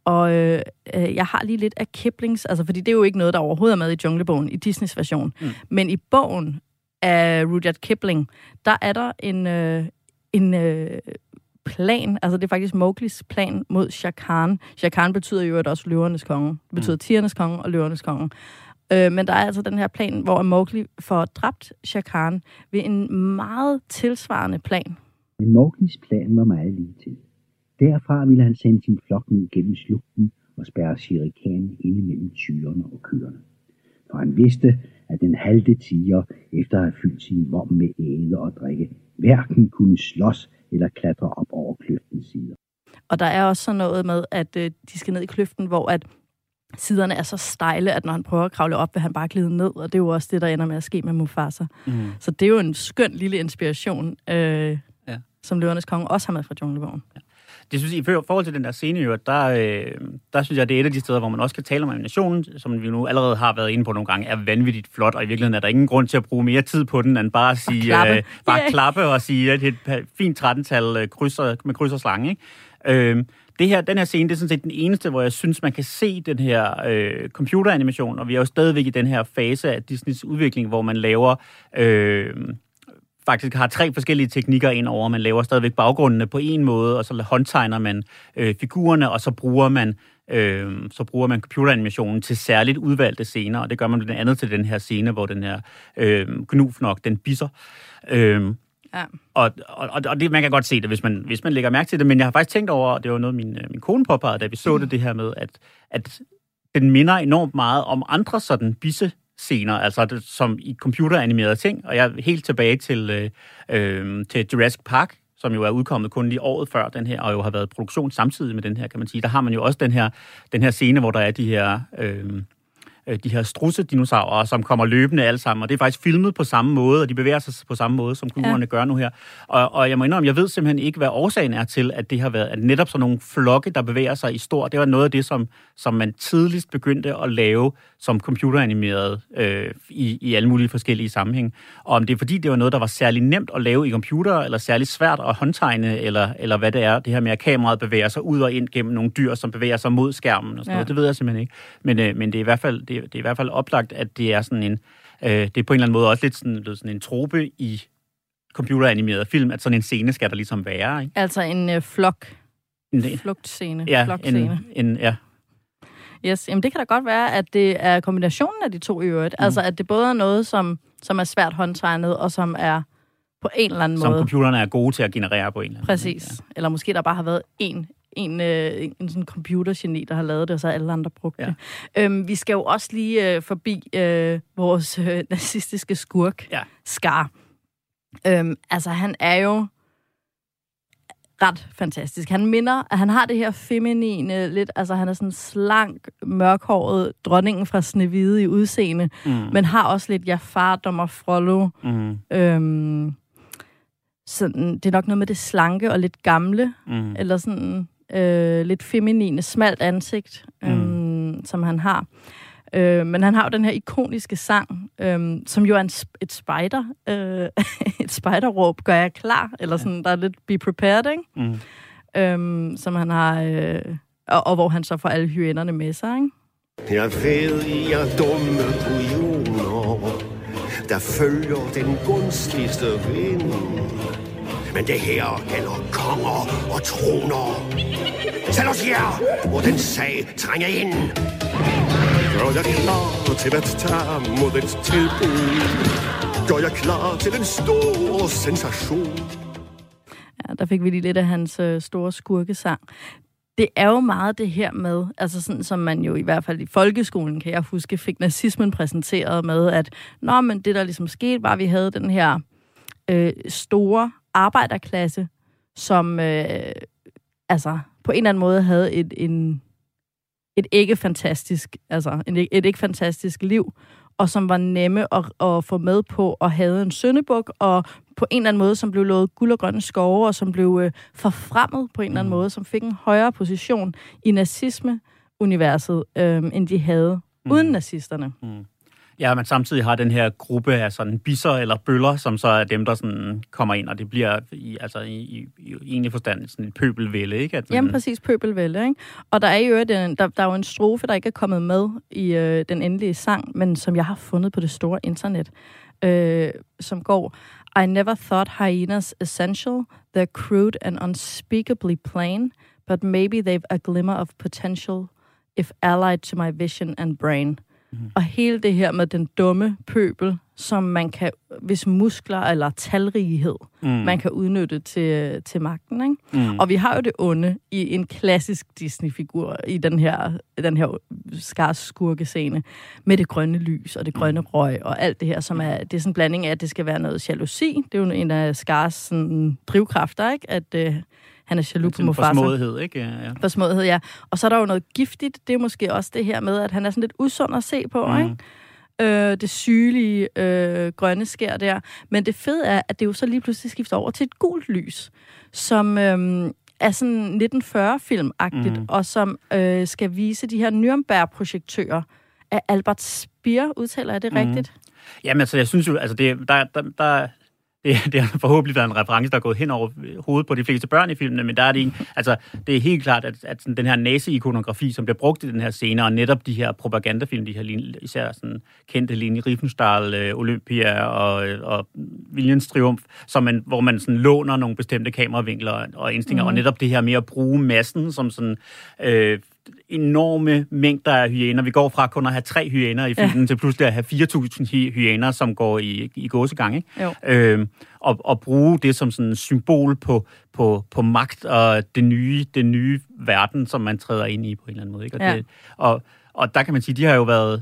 Og øh, jeg har lige lidt af Kiplings, altså fordi det er jo ikke noget, der overhovedet er med i Junglebogen, i Disneys version. Mm. Men i bogen af Rudyard Kipling, der er der en, øh, en øh, plan, altså det er faktisk Mowglis plan mod Shere Khan. Shere Khan betyder jo at også løvernes konge. Det betyder mm. tigernes konge og løvernes konge. Øh, men der er altså den her plan, hvor Mowgli får dræbt Shere Khan ved en meget tilsvarende plan. Men Mowglis plan var meget lige til. Derfra ville han sende sin flok ned gennem slugten og spærre Shere Khan inde mellem tyrene og køerne. For han vidste, at den halve tiger, efter at have fyldt sin vom med æde og drikke, hverken kunne slås eller klatre op over kløftens sider. Og der er også sådan noget med, at øh, de skal ned i kløften, hvor at siderne er så stejle, at når han prøver at kravle op, vil han bare glide ned, og det er jo også det, der ender med at ske med Mufasa. Mm. Så det er jo en skøn lille inspiration, øh, ja. som Løvernes Konge også har med fra Junglebogen. Ja. Det synes jeg, i forhold til den der scene, jo, der, øh, der synes jeg, det er et af de steder, hvor man også kan tale om animationen, som vi nu allerede har været inde på nogle gange, er vanvittigt flot, og i virkeligheden er der ingen grund til at bruge mere tid på den, end bare at sige, klappe. Øh, bare yeah. klappe og sige, at det er et fint tretten-tal øh, krydser, med kryds og slange, ikke? Øh, det her, den her scene, det er sådan set den eneste, hvor jeg synes, man kan se den her øh, computeranimation, og vi er jo stadigvæk i den her fase af Disneys udvikling, hvor man laver... Øh, faktisk har tre forskellige teknikker ind over. Man laver stadigvæk baggrundene på en måde, og så håndtegner man øh, figurerne, og så bruger man øh, så bruger man computeranimationen til særligt udvalgte scener, og det gør man blandt andet til den her scene, hvor den her øh, Gnufnok, den bisser. Øh, ja. Og, og, og det, man kan godt se det, hvis man, hvis man lægger mærke til det, men jeg har faktisk tænkt over, og det var noget, min, min kone påpegede, da vi så det, det her med, at, at den minder enormt meget om andre sådan bisse scener, altså det, som i computeranimerede ting, og jeg er helt tilbage til, øh, øh, til Jurassic Park, som jo er udkommet kun lige året før den her, og jo har været produktion samtidig med den her, kan man sige. Der har man jo også den her, den her scene, hvor der er de her, øh, de her strusse-dinosaurer, som kommer løbende alle sammen, og det er faktisk filmet på samme måde, og de bevæger sig på samme måde, som figurerne ja. gør nu her. Og, og jeg må indrømme, jeg ved simpelthen ikke, hvad årsagen er til, at det har været, at netop sådan nogle flokke, der bevæger sig i stort, det var noget af det, som, som man tidligst begyndte at lave som computeranimeret øh, i, i alle mulige forskellige sammenhæng. Og om det er fordi, det var noget, der var særlig nemt at lave i computer, eller særlig svært at håndtegne, eller, eller hvad det er, det her med, at kameraet bevæger sig ud og ind gennem nogle dyr, som bevæger sig mod skærmen og sådan ja. noget, det ved jeg simpelthen ikke. Men, øh, men det er i hvert fald, det, det er i hvert fald oplagt, at det er sådan en, øh, det er på en eller anden måde også lidt sådan, lidt sådan en trope i computeranimeret film, at sådan en scene skal der ligesom være, ikke? Altså en øh, flok, en flugtscene. Ja, Flokscene. en, en, ja. Yes, jamen det kan da godt være, at det er kombinationen af de to i øvrigt. Mm. Altså at det både er noget, som, som er svært håndtegnet, og som er på en eller anden som måde. Som computerne er gode til at generere på en eller anden Præcis. måde. Præcis. Ja. Eller måske der bare har været en, en, øh, en sådan computergeni, der har lavet det, og så har alle andre brugt ja. det. Øhm, vi skal jo også lige øh, forbi øh, vores øh, nazistiske skurk, ja. Scar. Øhm, altså han er jo ret fantastisk. Han minder, at han har det her feminine, lidt, altså han er sådan slank, mørkhåret, dronningen fra Snehvide i udseende, mm. men har også lidt Jafar, Dommer Frollo. Mm. Øhm, sådan, det er nok noget med det slanke og lidt gamle, mm. eller sådan øh, lidt feminine, smalt ansigt, mm. øhm, som han har. Øh, men han har jo den her ikoniske sang, øh, som jo er en, et spider, øh, et spiderråb, gør jeg klar, eller sådan, der er lidt be prepared, ikke? Mm. Øh, som han har, øh, og, og hvor han så får alle hyænerne med sig, ikke? Jeg ved, I er dumme kujoner, der følger den gunstigste vind. Men det her gælder konger og troner. Sæt os her, hvor den sag trænger ind. Gør jeg klar til at tage mod et tilbud. Gør jeg klar til den store sensation. Ja, der fik vi lige lidt af hans øh, store skurkesang. Det er jo meget det her med, altså sådan som man jo i hvert fald i folkeskolen, kan jeg huske, fik nazismen præsenteret med, at nå, men det der ligesom skete, var, at vi havde den her øh, store arbejderklasse, som øh, altså på en eller anden måde havde et, en, et ikke fantastisk, altså en, et ikke fantastisk liv, og som var nemme at, at få med på, og havde en syndebuk, og på en eller anden måde, som blev lovet guld og grønne skove, og som blev øh, forfremmet på en eller anden måde, som fik en højere position i nazisme-universet, øh, end de havde mm. uden nazisterne. Mm. Ja, men samtidig har den her gruppe af sådan bisser eller bøller, som så er dem, der sådan kommer ind, og det bliver i, altså i, i, i egentlig forstand sådan et pøbelvælde, ikke? At man... Jamen præcis, pøbelvælde, ikke? Og der er jo den, der, der er jo en strofe, der ikke er kommet med i øh, den endelige sang, men som jeg har fundet på det store internet, øh, som går: I never thought hyenas essential, they're crude and unspeakably plain, but maybe they've a glimmer of potential if allied to my vision and brain. Mm. Og hele det her med den dumme pøbel, som man kan, hvis muskler eller talrighed, mm. man kan udnytte til, til magten, ikke? Mm. Og vi har jo det onde i en klassisk Disney-figur i den her, den her skars skurkescene, med det grønne lys og det grønne røg og alt det her, som er, det er sådan en blanding af, at det skal være noget jalousi. Det er jo en af skars sådan, drivkræfter, ikke? At øh, han er jaloux på Mufasa. Forsmådighed, ikke? Ja, ja. Forsmådighed, ja. Og så er der jo noget giftigt. Det er måske også det her med, at han er sådan lidt usund at se på, mm. ikke? Øh, det sygelige øh, grønne skær der. Men det fede er, at det jo så lige pludselig skifter over til et gult lys, som øh, er sådan nitten fyrre-filmagtigt, mm. og som øh, skal vise de her Nürnberg-projektører af Albert Speer. Udtaler jeg det mm. rigtigt? Jamen, altså, jeg synes jo, altså, det, der, der, der Det, det har forhåbentlig været en reference, der er gået hen over hovedet på de fleste børn i filmene, men der er det ikke, altså, det er helt klart, at, at sådan, den her nazi-ikonografi, som bliver brugt i den her scene, og netop de her propagandafilm, de her især sådan kendte Leni Riefenstahl, Olympia og, og Viljens Triumf, som man, hvor man sådan låner nogle bestemte kameravinkler og indstillinger, mm. og netop det her med at bruge massen som sådan øh, enorme mængder af hyæner. Vi går fra kun at have tre hyæner i filmen, ja. til pludselig at have fire tusind hyæner, som går i, i gåsegang, ikke? Øhm, og, og bruge det som sådan et symbol på, på, på magt og det nye, det nye verden, som man træder ind i på en eller anden måde, ikke? Og, ja. det, og, og der kan man sige, de har jo været...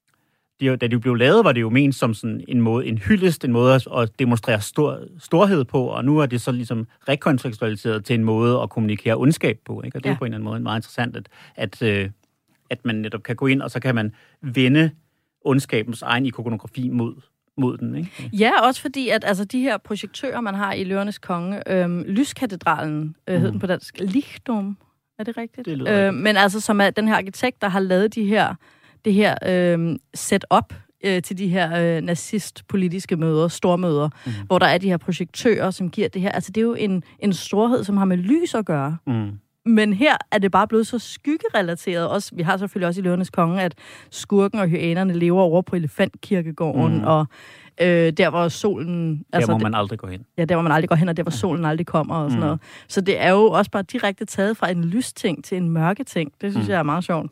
De, da de blev lavet, var det jo ment som sådan en måde, en hyldest, en måde at, at demonstrere stor, storhed på, og nu er det så ligesom rekontekstualiseret til en måde at kommunikere ondskab på, ikke? Og det ja. er på en eller anden måde meget interessant, at, at, øh, at man netop kan gå ind, og så kan man vende ondskabens egen ikonografi mod, mod den, ikke? Ja, også fordi, at altså, de her projektører, man har i Løvernes Konge, øh, Lyskatedralen, øh, mm. hed den på dansk, Lichtum, er det rigtigt? Det øh, rigtigt. Men altså, som er den her arkitekt, der har lavet de her det her øh, set-up øh, til de her øh, nazist-politiske møder, stormøder, mm. hvor der er de her projektører, som giver det her. Altså, det er jo en, en storhed, som har med lys at gøre. Mm. Men her er det bare blevet så skyggerelateret. Også, vi har selvfølgelig også i Løvernes Konge, at skurken og hyænerne lever over på Elefantkirkegården, mm. og øh, der, hvor solen... Der altså, må man aldrig gå hen. Ja, der, hvor man aldrig går hen, og der, hvor solen aldrig kommer, og sådan mm. noget. Så det er jo også bare direkte taget fra en lysting til en mørketing. Det synes mm. jeg er meget sjovt.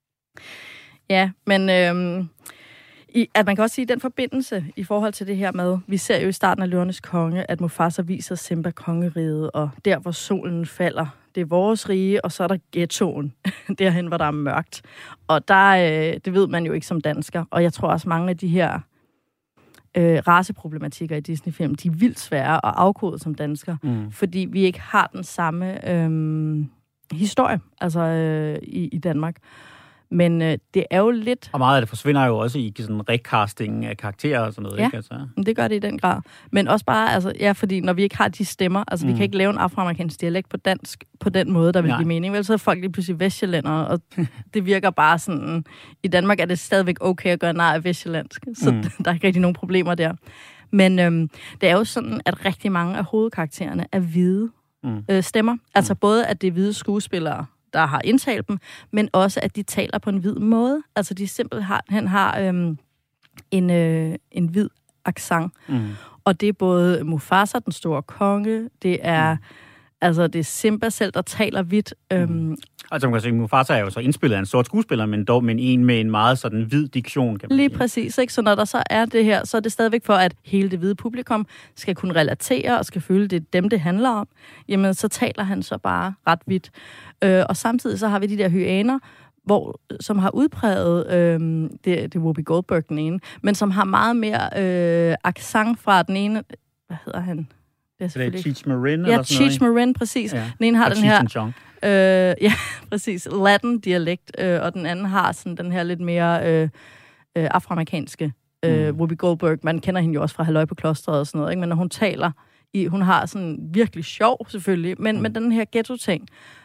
Ja, men øhm, i, at man kan også sige, at den forbindelse i forhold til det her med, vi ser jo i starten af Løvernes Konge, at Mufasa viser Simba kongeriget, og der, hvor solen falder, det er vores rige, og så er der ghettoen, derhen, hvor der er mørkt. Og der, øh, det ved man jo ikke som dansker, og jeg tror også, mange af de her øh, raceproblematikker i Disney-film, de er vildt svære at afkode som dansker, mm. fordi vi ikke har den samme øh, historie altså, øh, i, i Danmark. Men øh, det er jo lidt... Og meget af det forsvinder jo også i sådan recasting af karakterer og sådan noget, ja, ikke? Altså. Det gør det i den grad. Men også bare, altså, ja, fordi når vi ikke har de stemmer, altså mm. vi kan ikke lave en afroamerikansk dialekt på dansk på den måde, der vil give mening. Vel, så er folk lige pludselig vestjyllændere, og det virker bare sådan... I Danmark er det stadigvæk okay at gøre nar af vestjyllandsk, så mm. der er ikke rigtig nogen problemer der. Men øhm, det er jo sådan, at rigtig mange af hovedkaraktererne er hvide mm. øh, stemmer. Altså mm. både, at det er hvide skuespillere, der har indtalt dem, men også, at de taler på en hvid måde. Altså, de simpelthen har øhm, en, øh, en hvid accent. Mm. Og det er både Mufasa, den store konge, det er, mm. altså, det er Simba selv, der taler hvidt. Øhm, mm. Altså, man kan sige, Mufasa er jo så indspillet af en sort skuespiller, men dog men en med en meget sådan hvid diktion, kan man Lige sige. præcis, ikke? Så når der så er det her, så er det stadigvæk for, at hele det hvide publikum skal kunne relatere og skal føle, det er dem, det handler om. Jamen, så taler han så bare ret hvidt. Øh, og samtidig så har vi de der hyæner, hvor, som har udpræget, øh, det, det er Whoopi Goldberg den ene, men som har meget mere øh, accent fra den ene, hvad hedder han? Det er, det er Cheech Marin? Ja, eller sådan Cheech Marin, præcis. Ja. Den ene har og den her... Chong. Øh, ja, præcis. Latin-dialekt, øh, og den anden har sådan den her lidt mere øh, øh, afroamerikanske øh, mm. Whoopi Goldberg. Man kender hende jo også fra Halløj på Klostret og sådan noget, ikke? Men når hun taler, i, hun har sådan virkelig sjov selvfølgelig, men mm. med den her ghetto-ting,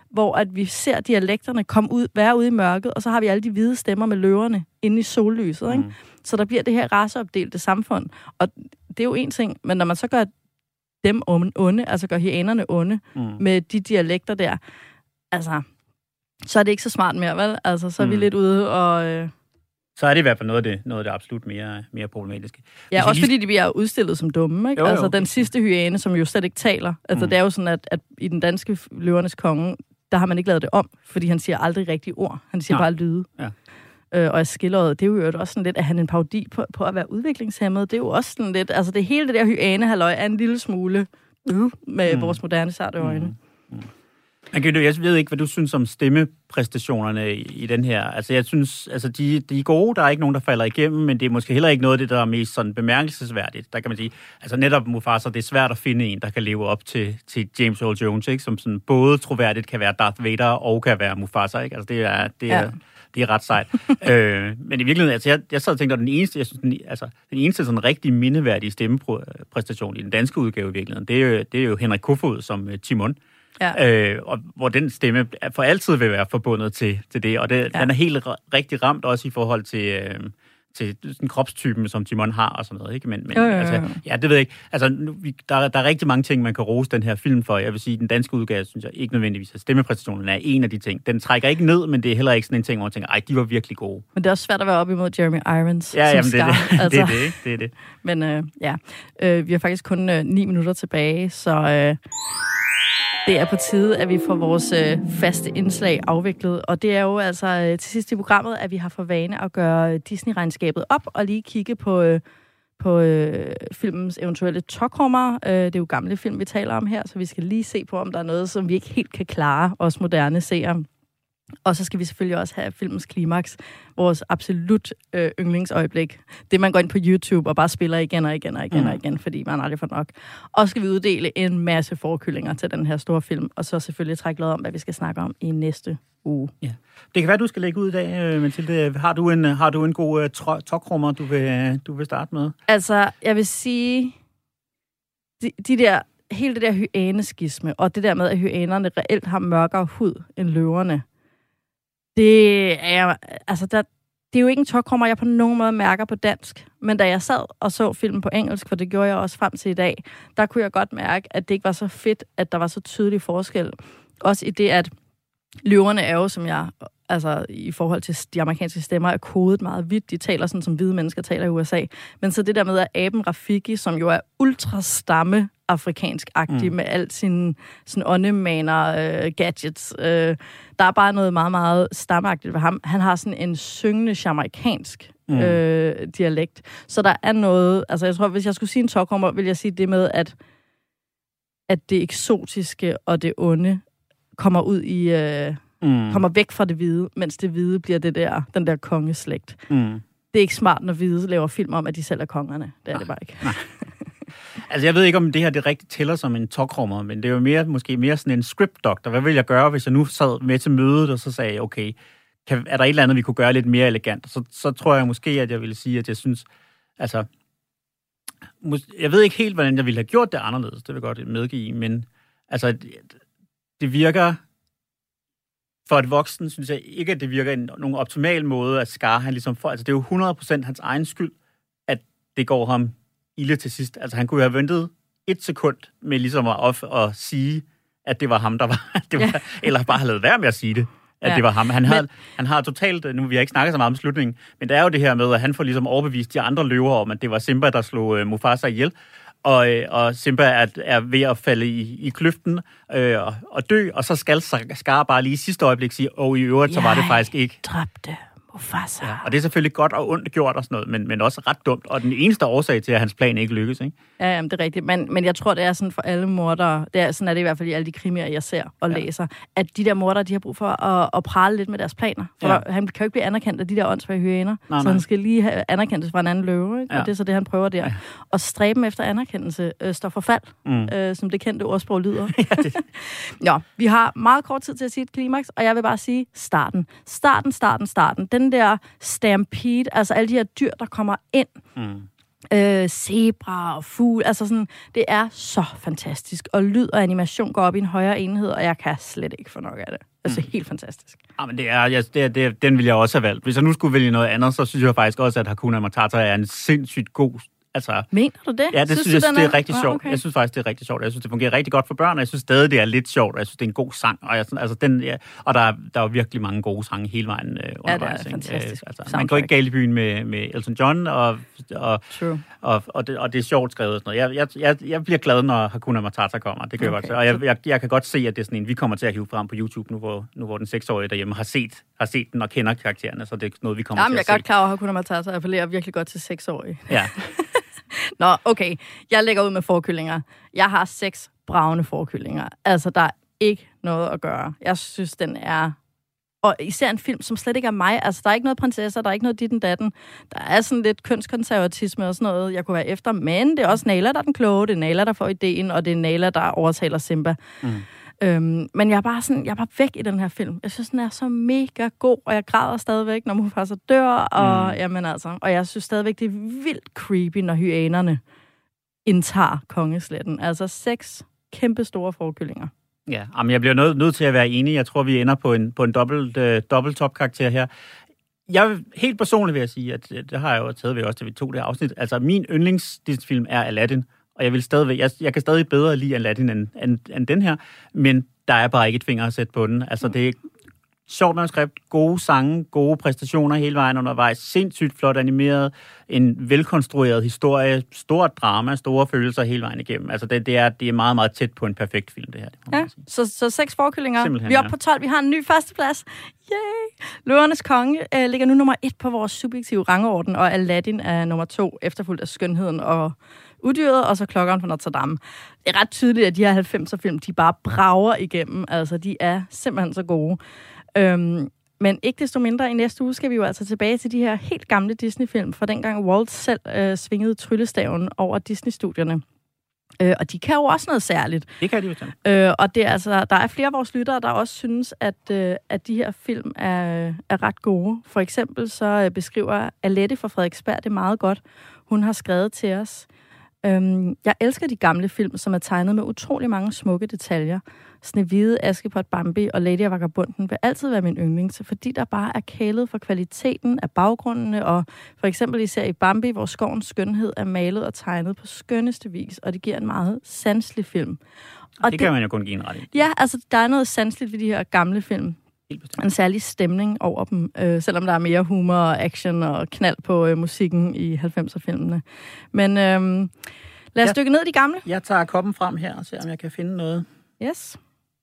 hvor at vi ser dialekterne komme ud, være ude i mørket, og så har vi alle de hvide stemmer med løverne inde i sollyset, ikke? Mm. Så der bliver det her raceopdelte samfund. Og det er jo en ting, men når man så gør dem onde, altså gør hyænerne onde, mm. med de dialekter der, altså, så er det ikke så smart mere, vel? Altså, så er mm. vi lidt ude og... Øh... Så er det i hvert fald noget af det, noget af det absolut mere, mere problematiske. Ja, også lige... fordi de bliver udstillet som dumme, ikke? Jo, jo, altså, den sidste hyæne, som jo slet ikke taler. Altså, mm. det er jo sådan, at, at i den danske løvernes konge, der har man ikke lavet det om, fordi han siger aldrig rigtige ord. Han siger Nå. bare lyde. Ja. Øh, og skilleret, det er jo også sådan lidt, at han er en parodi på, på at være udviklingshæmmet. Det er jo også sådan lidt, altså det hele det der hyæne-halløj er en lille smule øh, med mm. vores moderne sarte øjne. Mm. Mm. Jeg ved ikke, hvad du synes om stemmepræstationerne i, i den her. Altså, jeg synes, altså, de, de er gode, der er ikke nogen, der falder igennem, men det er måske heller ikke noget af det, der er mest sådan bemærkelsesværdigt. Der kan man sige, altså netop Mufasa, det er svært at finde en, der kan leve op til, til James Earl Jones, ikke? Som sådan både troværdigt kan være Darth Vader og kan være Mufasa, ikke? Altså, det er, det er, ja. det er ret sejt. øh, men i virkeligheden, altså, jeg, jeg sad og tænkte, at den eneste, jeg synes, den, altså, den eneste sådan rigtig mindeværdige stemmepræstation i den danske udgave i virkeligheden, det er jo, det er jo Henrik Kofod som uh, Timon. Ja. Øh, og hvor den stemme for altid vil være forbundet til, til det, og det, ja. den er helt r- rigtig ramt også i forhold til, øh, til sådan kropstypen, som Timon har og sådan noget, ikke? Men, men jo, jo, jo. Altså, ja, det ved jeg ikke. Altså, nu, vi, der, der er rigtig mange ting, man kan rose den her film for. Jeg vil sige, den danske udgave, synes jeg ikke nødvendigvis, at stemmepræstationen er en af de ting. Den trækker ikke ned, men det er heller ikke sådan en ting, hvor man tænker, ej, de var virkelig gode. Men det er også svært at være op imod Jeremy Irons. Ja, jamen, det, er det. Altså. det er det, ikke? Det er det. Men øh, ja, øh, vi har faktisk kun øh, ni minutter tilbage, så... Øh, det er på tide, at vi får vores øh, faste indslag afviklet. Og det er jo altså øh, til sidst i programmet, at vi har for vane at gøre Disney-regnskabet op og lige kigge på, øh, på øh, filmens eventuelle tokrummer. Øh, det er jo gamle film, vi taler om her, så vi skal lige se på, om der er noget, som vi ikke helt kan klare, os moderne seere. Og så skal vi selvfølgelig også have filmens klimaks, vores absolut øh, yndlingsøjeblik. Det, man går ind på YouTube og bare spiller igen og igen og igen mm. og igen, fordi man aldrig får nok. Og så skal vi uddele en masse forkyllinger til den her store film, og så selvfølgelig trække lod om, hvad vi skal snakke om i næste uge. Ja. Det kan være, du skal lægge ud i dag, Mathilde. Har du en, har du en god uh, tokrummer, du vil, du vil starte med? Altså, jeg vil sige, de, de der, hele det der hyæneskisme, og det der med, at hyænerne reelt har mørkere hud end løverne, det er, altså der, det er jo ikke en tokrummer, jeg på nogen måde mærker på dansk. Men da jeg sad og så filmen på engelsk, for det gjorde jeg også frem til i dag, der kunne jeg godt mærke, at det ikke var så fedt, at der var så tydelig forskel. Også i det, at løverne er jo, som jeg, altså i forhold til de amerikanske stemmer, er kodet meget vidt. De taler sådan, som hvide mennesker taler i U S A. Men så det der med, at aben Rafiki, som jo er ultrastamme afrikansk-agtig, mm. med alt sine sådan åndemaner, øh, gadgets. Øh, der er bare noget meget, meget stammeagtigt ved ham. Han har sådan en syngende jamaikansk mm. øh, dialekt. Så der er noget... Altså, jeg tror, hvis jeg skulle sige en tokrummer, vil jeg sige det med, at, at det eksotiske og det onde kommer ud i... Øh, mm. kommer væk fra det hvide, mens det hvide bliver det der, den der kongeslægt. Mm. Det er ikke smart, når hvide laver film om, at de selv er kongerne. Det er nej, det bare ikke. Altså, jeg ved ikke, om det her det rigtigt tæller som en tokrummer, men det er jo mere, måske mere sådan en script doctor. Hvad vil jeg gøre, hvis jeg nu sad med til mødet, og så sagde, okay, kan, er der et eller andet, vi kunne gøre lidt mere elegant? Så, så tror jeg måske, at jeg ville sige, at jeg synes, altså, jeg ved ikke helt, hvordan jeg ville have gjort det anderledes, det vil jeg godt medgive, men altså, det, det virker, for et voksen, synes jeg ikke, at det virker en nogen optimal måde at skare han ligesom for. Altså, det er jo hundrede procent hans egen skyld, at det går ham ilde til sidst. Altså, han kunne have ventet et sekund med ligesom at, off- at sige, at det var ham, der var... det var ja. Eller bare have lavet være med at sige det, at ja. det var ham. Han har, men... han har totalt... Nu vi har ikke snakket så meget om slutningen, men det er jo det her med, at han får ligesom overbevist de andre løver om, at det var Simba, der slog uh, Mufasa ihjel. Og, og Simba er, er ved at falde i, i kløften øh, og, og dø, og så skal Scar bare lige i sidste øjeblik sige, og i øvrigt, så var det faktisk ikke... dræbte Mufasa. Ja, og det er selvfølgelig godt og ondt gjort og sådan noget, men, men også ret dumt, og den eneste årsag til, at hans plan ikke lykkes, ikke? Ja, jamen, det er rigtigt, men, men jeg tror, det er sådan for alle mordere, det er, sådan er det i hvert fald i alle de krimier, jeg ser og ja. læser, at de der mordere, de har brug for at, at prale lidt med deres planer, for ja. der, han kan jo ikke blive anerkendt af de der åndssvage hyæner, nej, så nej. han skal lige have anerkendelse fra en anden løve, ikke? Ja. Og det er så det, han prøver der. Ja. Og stræben efter anerkendelse øh, står for fald, mm. øh, som det kendte ordsprog lyder. Ja, det... Nå, vi har meget kort tid til at sige et klimaks, og jeg vil bare sige starten. Starten, starten, starten. Den der stampede, altså alle de her dyr, der kommer ind. Mm. øh, zebra og fugl. Altså sådan, det er så fantastisk. Og lyd og animation går op i en højere enhed, og jeg kan slet ikke få nok af det. Altså, mm. helt fantastisk. Ja, men det er, ja, det er, det er, den ville jeg også have valgt. Hvis jeg nu skulle vælge noget andet, så synes jeg faktisk også, at Hakuna Matata er en sindssygt god... Altså, mener du det? Ja, det synes, synes jeg, det er rigtig sjovt. Okay. Jeg synes faktisk, det er rigtig sjovt. Jeg synes, det fungerer rigtig godt for børn, og jeg synes stadig, det er lidt sjovt, og jeg synes, det er en god sang. Og, jeg, altså, den, ja, og der, er, der er virkelig mange gode sange hele vejen øh, undervejs. Ja, det er fantastisk. Øh, altså, man går ikke galt i byen med, med Elton John, og, og, og, og, det, og det er sjovt skrevet og sådan noget. Jeg, jeg, jeg, jeg bliver glad, når Hakuna Matata kommer. Det kan okay. jeg godt. Og jeg, jeg, jeg kan godt se, at det er sådan en, vi kommer til at hive frem på YouTube, nu hvor, nu hvor den seksårige derhjemme har set, har set den og kender karaktererne, så det er noget, vi kommer Jamen, til at se. jeg er godt klar over, at Hakuna Matata appellerer virkelig godt til seksårige. Ja. Nå, okay. Jeg lægger ud med forkyllinger. Jeg har seks bravende forkyllinger. Altså, der er ikke noget at gøre. Jeg synes, den er... Og især en film, som slet ikke er mig. Altså, der er ikke noget prinsesser, der er ikke noget ditten datten. Der er sådan lidt kønskonservatisme og sådan noget, jeg kunne være efter. Men det er også Nala, der er den kloge. Det er Nala, der får ideen, og det er Nala, der overtaler Simba. Mm. Øhm, men jeg er bare sådan, jeg er bare væk i den her film. Jeg synes, den er så mega god, og jeg græder stadigvæk, når Mufasa dør, og, mm. jamen altså, og jeg synes stadigvæk, det er vildt creepy, når hyænerne indtager kongesletten. Altså seks kæmpe store forkyllinger. Ja, men jeg bliver nødt, nødt til at være enig. Jeg tror, vi ender på en, på en dobbelt, uh, dobbelt top-karakter her. Jeg helt personligt vil jeg sige, at det har jeg jo taget ved også, da vi tog det afsnit. Altså, min yndlings-Disney-film er Aladdin. Og jeg vil stadigvæk, jeg, jeg kan stadig bedre lide Aladdin end, end, end den her, men der er bare ikke et finger at sætte på den. Altså, det er sjovt manuskript, gode sange, gode præstationer hele vejen undervejs, sindssygt flot animeret, en velkonstrueret historie, stort drama, store følelser hele vejen igennem. Altså, det, det, er, det er meget, meget tæt på en perfekt film, det her. Det ja, så, så seks forkyllinger. Simpelthen, vi er oppe på tolv, vi har en ny førsteplads. Yay! Løvernes Konge øh, ligger nu nummer et på vores subjektive rangorden, og Aladdin er nummer to, efterfulgt af Skønheden og Udyret, og så Klokkeren fra Notre Dame. Det er ret tydeligt, at de her halvfemser-film, de bare brager igennem. Altså, de er simpelthen så gode. Øhm, men ikke desto mindre, i næste uge skal vi jo altså tilbage til de her helt gamle Disney-film, fra dengang Walt selv øh, svingede tryllestaven over Disney-studierne. Øh, og de kan jo også noget særligt. Det kan de jo til. Øh, og det er altså, der er flere af vores lyttere, der også synes, at, øh, at de her film er, er ret gode. For eksempel så øh, beskriver Alette fra Frederiksberg det meget godt. Hun har skrevet til os: Øhm, jeg elsker de gamle film, som er tegnet med utrolig mange smukke detaljer. Snehvide, Askepot, Bambi og Lady og Vagabunden vil altid være min yndlings, fordi der bare er kælet for kvaliteten af baggrundene, og for eksempel især i Bambi, hvor skovens skønhed er malet og tegnet på skønneste vis, og det giver en meget sanselig film. Og det kan det, man jo kun give en ret i. Ja, altså der er noget sanseligt ved de her gamle film. En særlig stemning over dem, øh, selvom der er mere humor og action og knald på øh, musikken i halvfemser-filmene. Men øh, lad os jeg, dykke ned i de gamle. Jeg tager koppen frem her og ser, om jeg kan finde noget. Yes.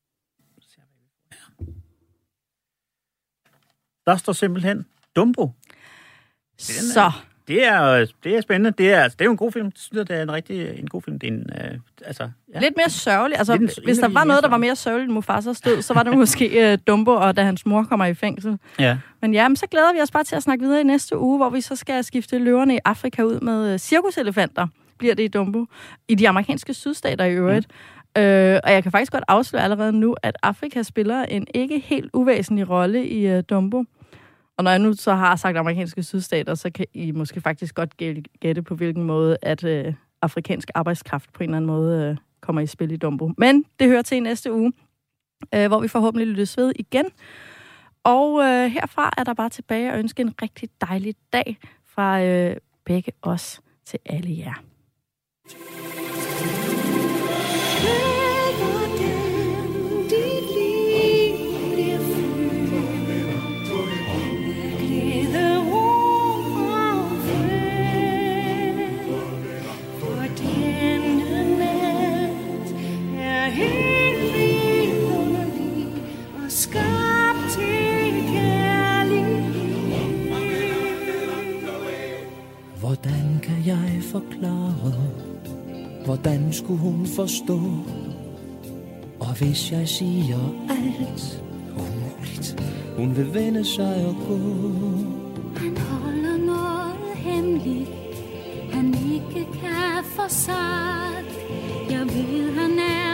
Der står simpelthen Dumbo. Den Så. Er, det, er, det er spændende. Det er, det er jo en god film. Jeg synes, det er en rigtig en god film. Det er en, øh, altså, ja. Lidt mere sørgelig. Altså, en, hvis der var noget, der var mere sørgeligt end Mufasas død, så var det måske øh, Dumbo, og da hans mor kommer i fængsel. Ja. Men ja, men så glæder vi os bare til at snakke videre i næste uge, hvor vi så skal skifte løverne i Afrika ud med øh, cirkuselefanter, bliver det i Dumbo. I de amerikanske sydstater i øvrigt. Mm. Øh, og jeg kan faktisk godt afsløre allerede nu, at Afrika spiller en ikke helt uvæsentlig rolle i øh, Dumbo. Og når jeg nu så har sagt amerikanske sydstater, så kan I måske faktisk godt gætte på, hvilken måde, at øh, afrikansk arbejdskraft på en eller anden måde øh, kommer i spil i Dumbo. Men det hører til i næste uge, øh, hvor vi forhåbentlig lyttes ved igen. Og øh, herfra er der bare tilbage at ønske en rigtig dejlig dag fra øh, begge os til alle jer. Hvordan kan jeg forklare? Hvordan skulle hun forstå? Og hvis jeg siger alt umuligt, hun vil vende sig og gå. Han holder noget hemmeligt, han ikke kan få sagt. Jeg ved, han er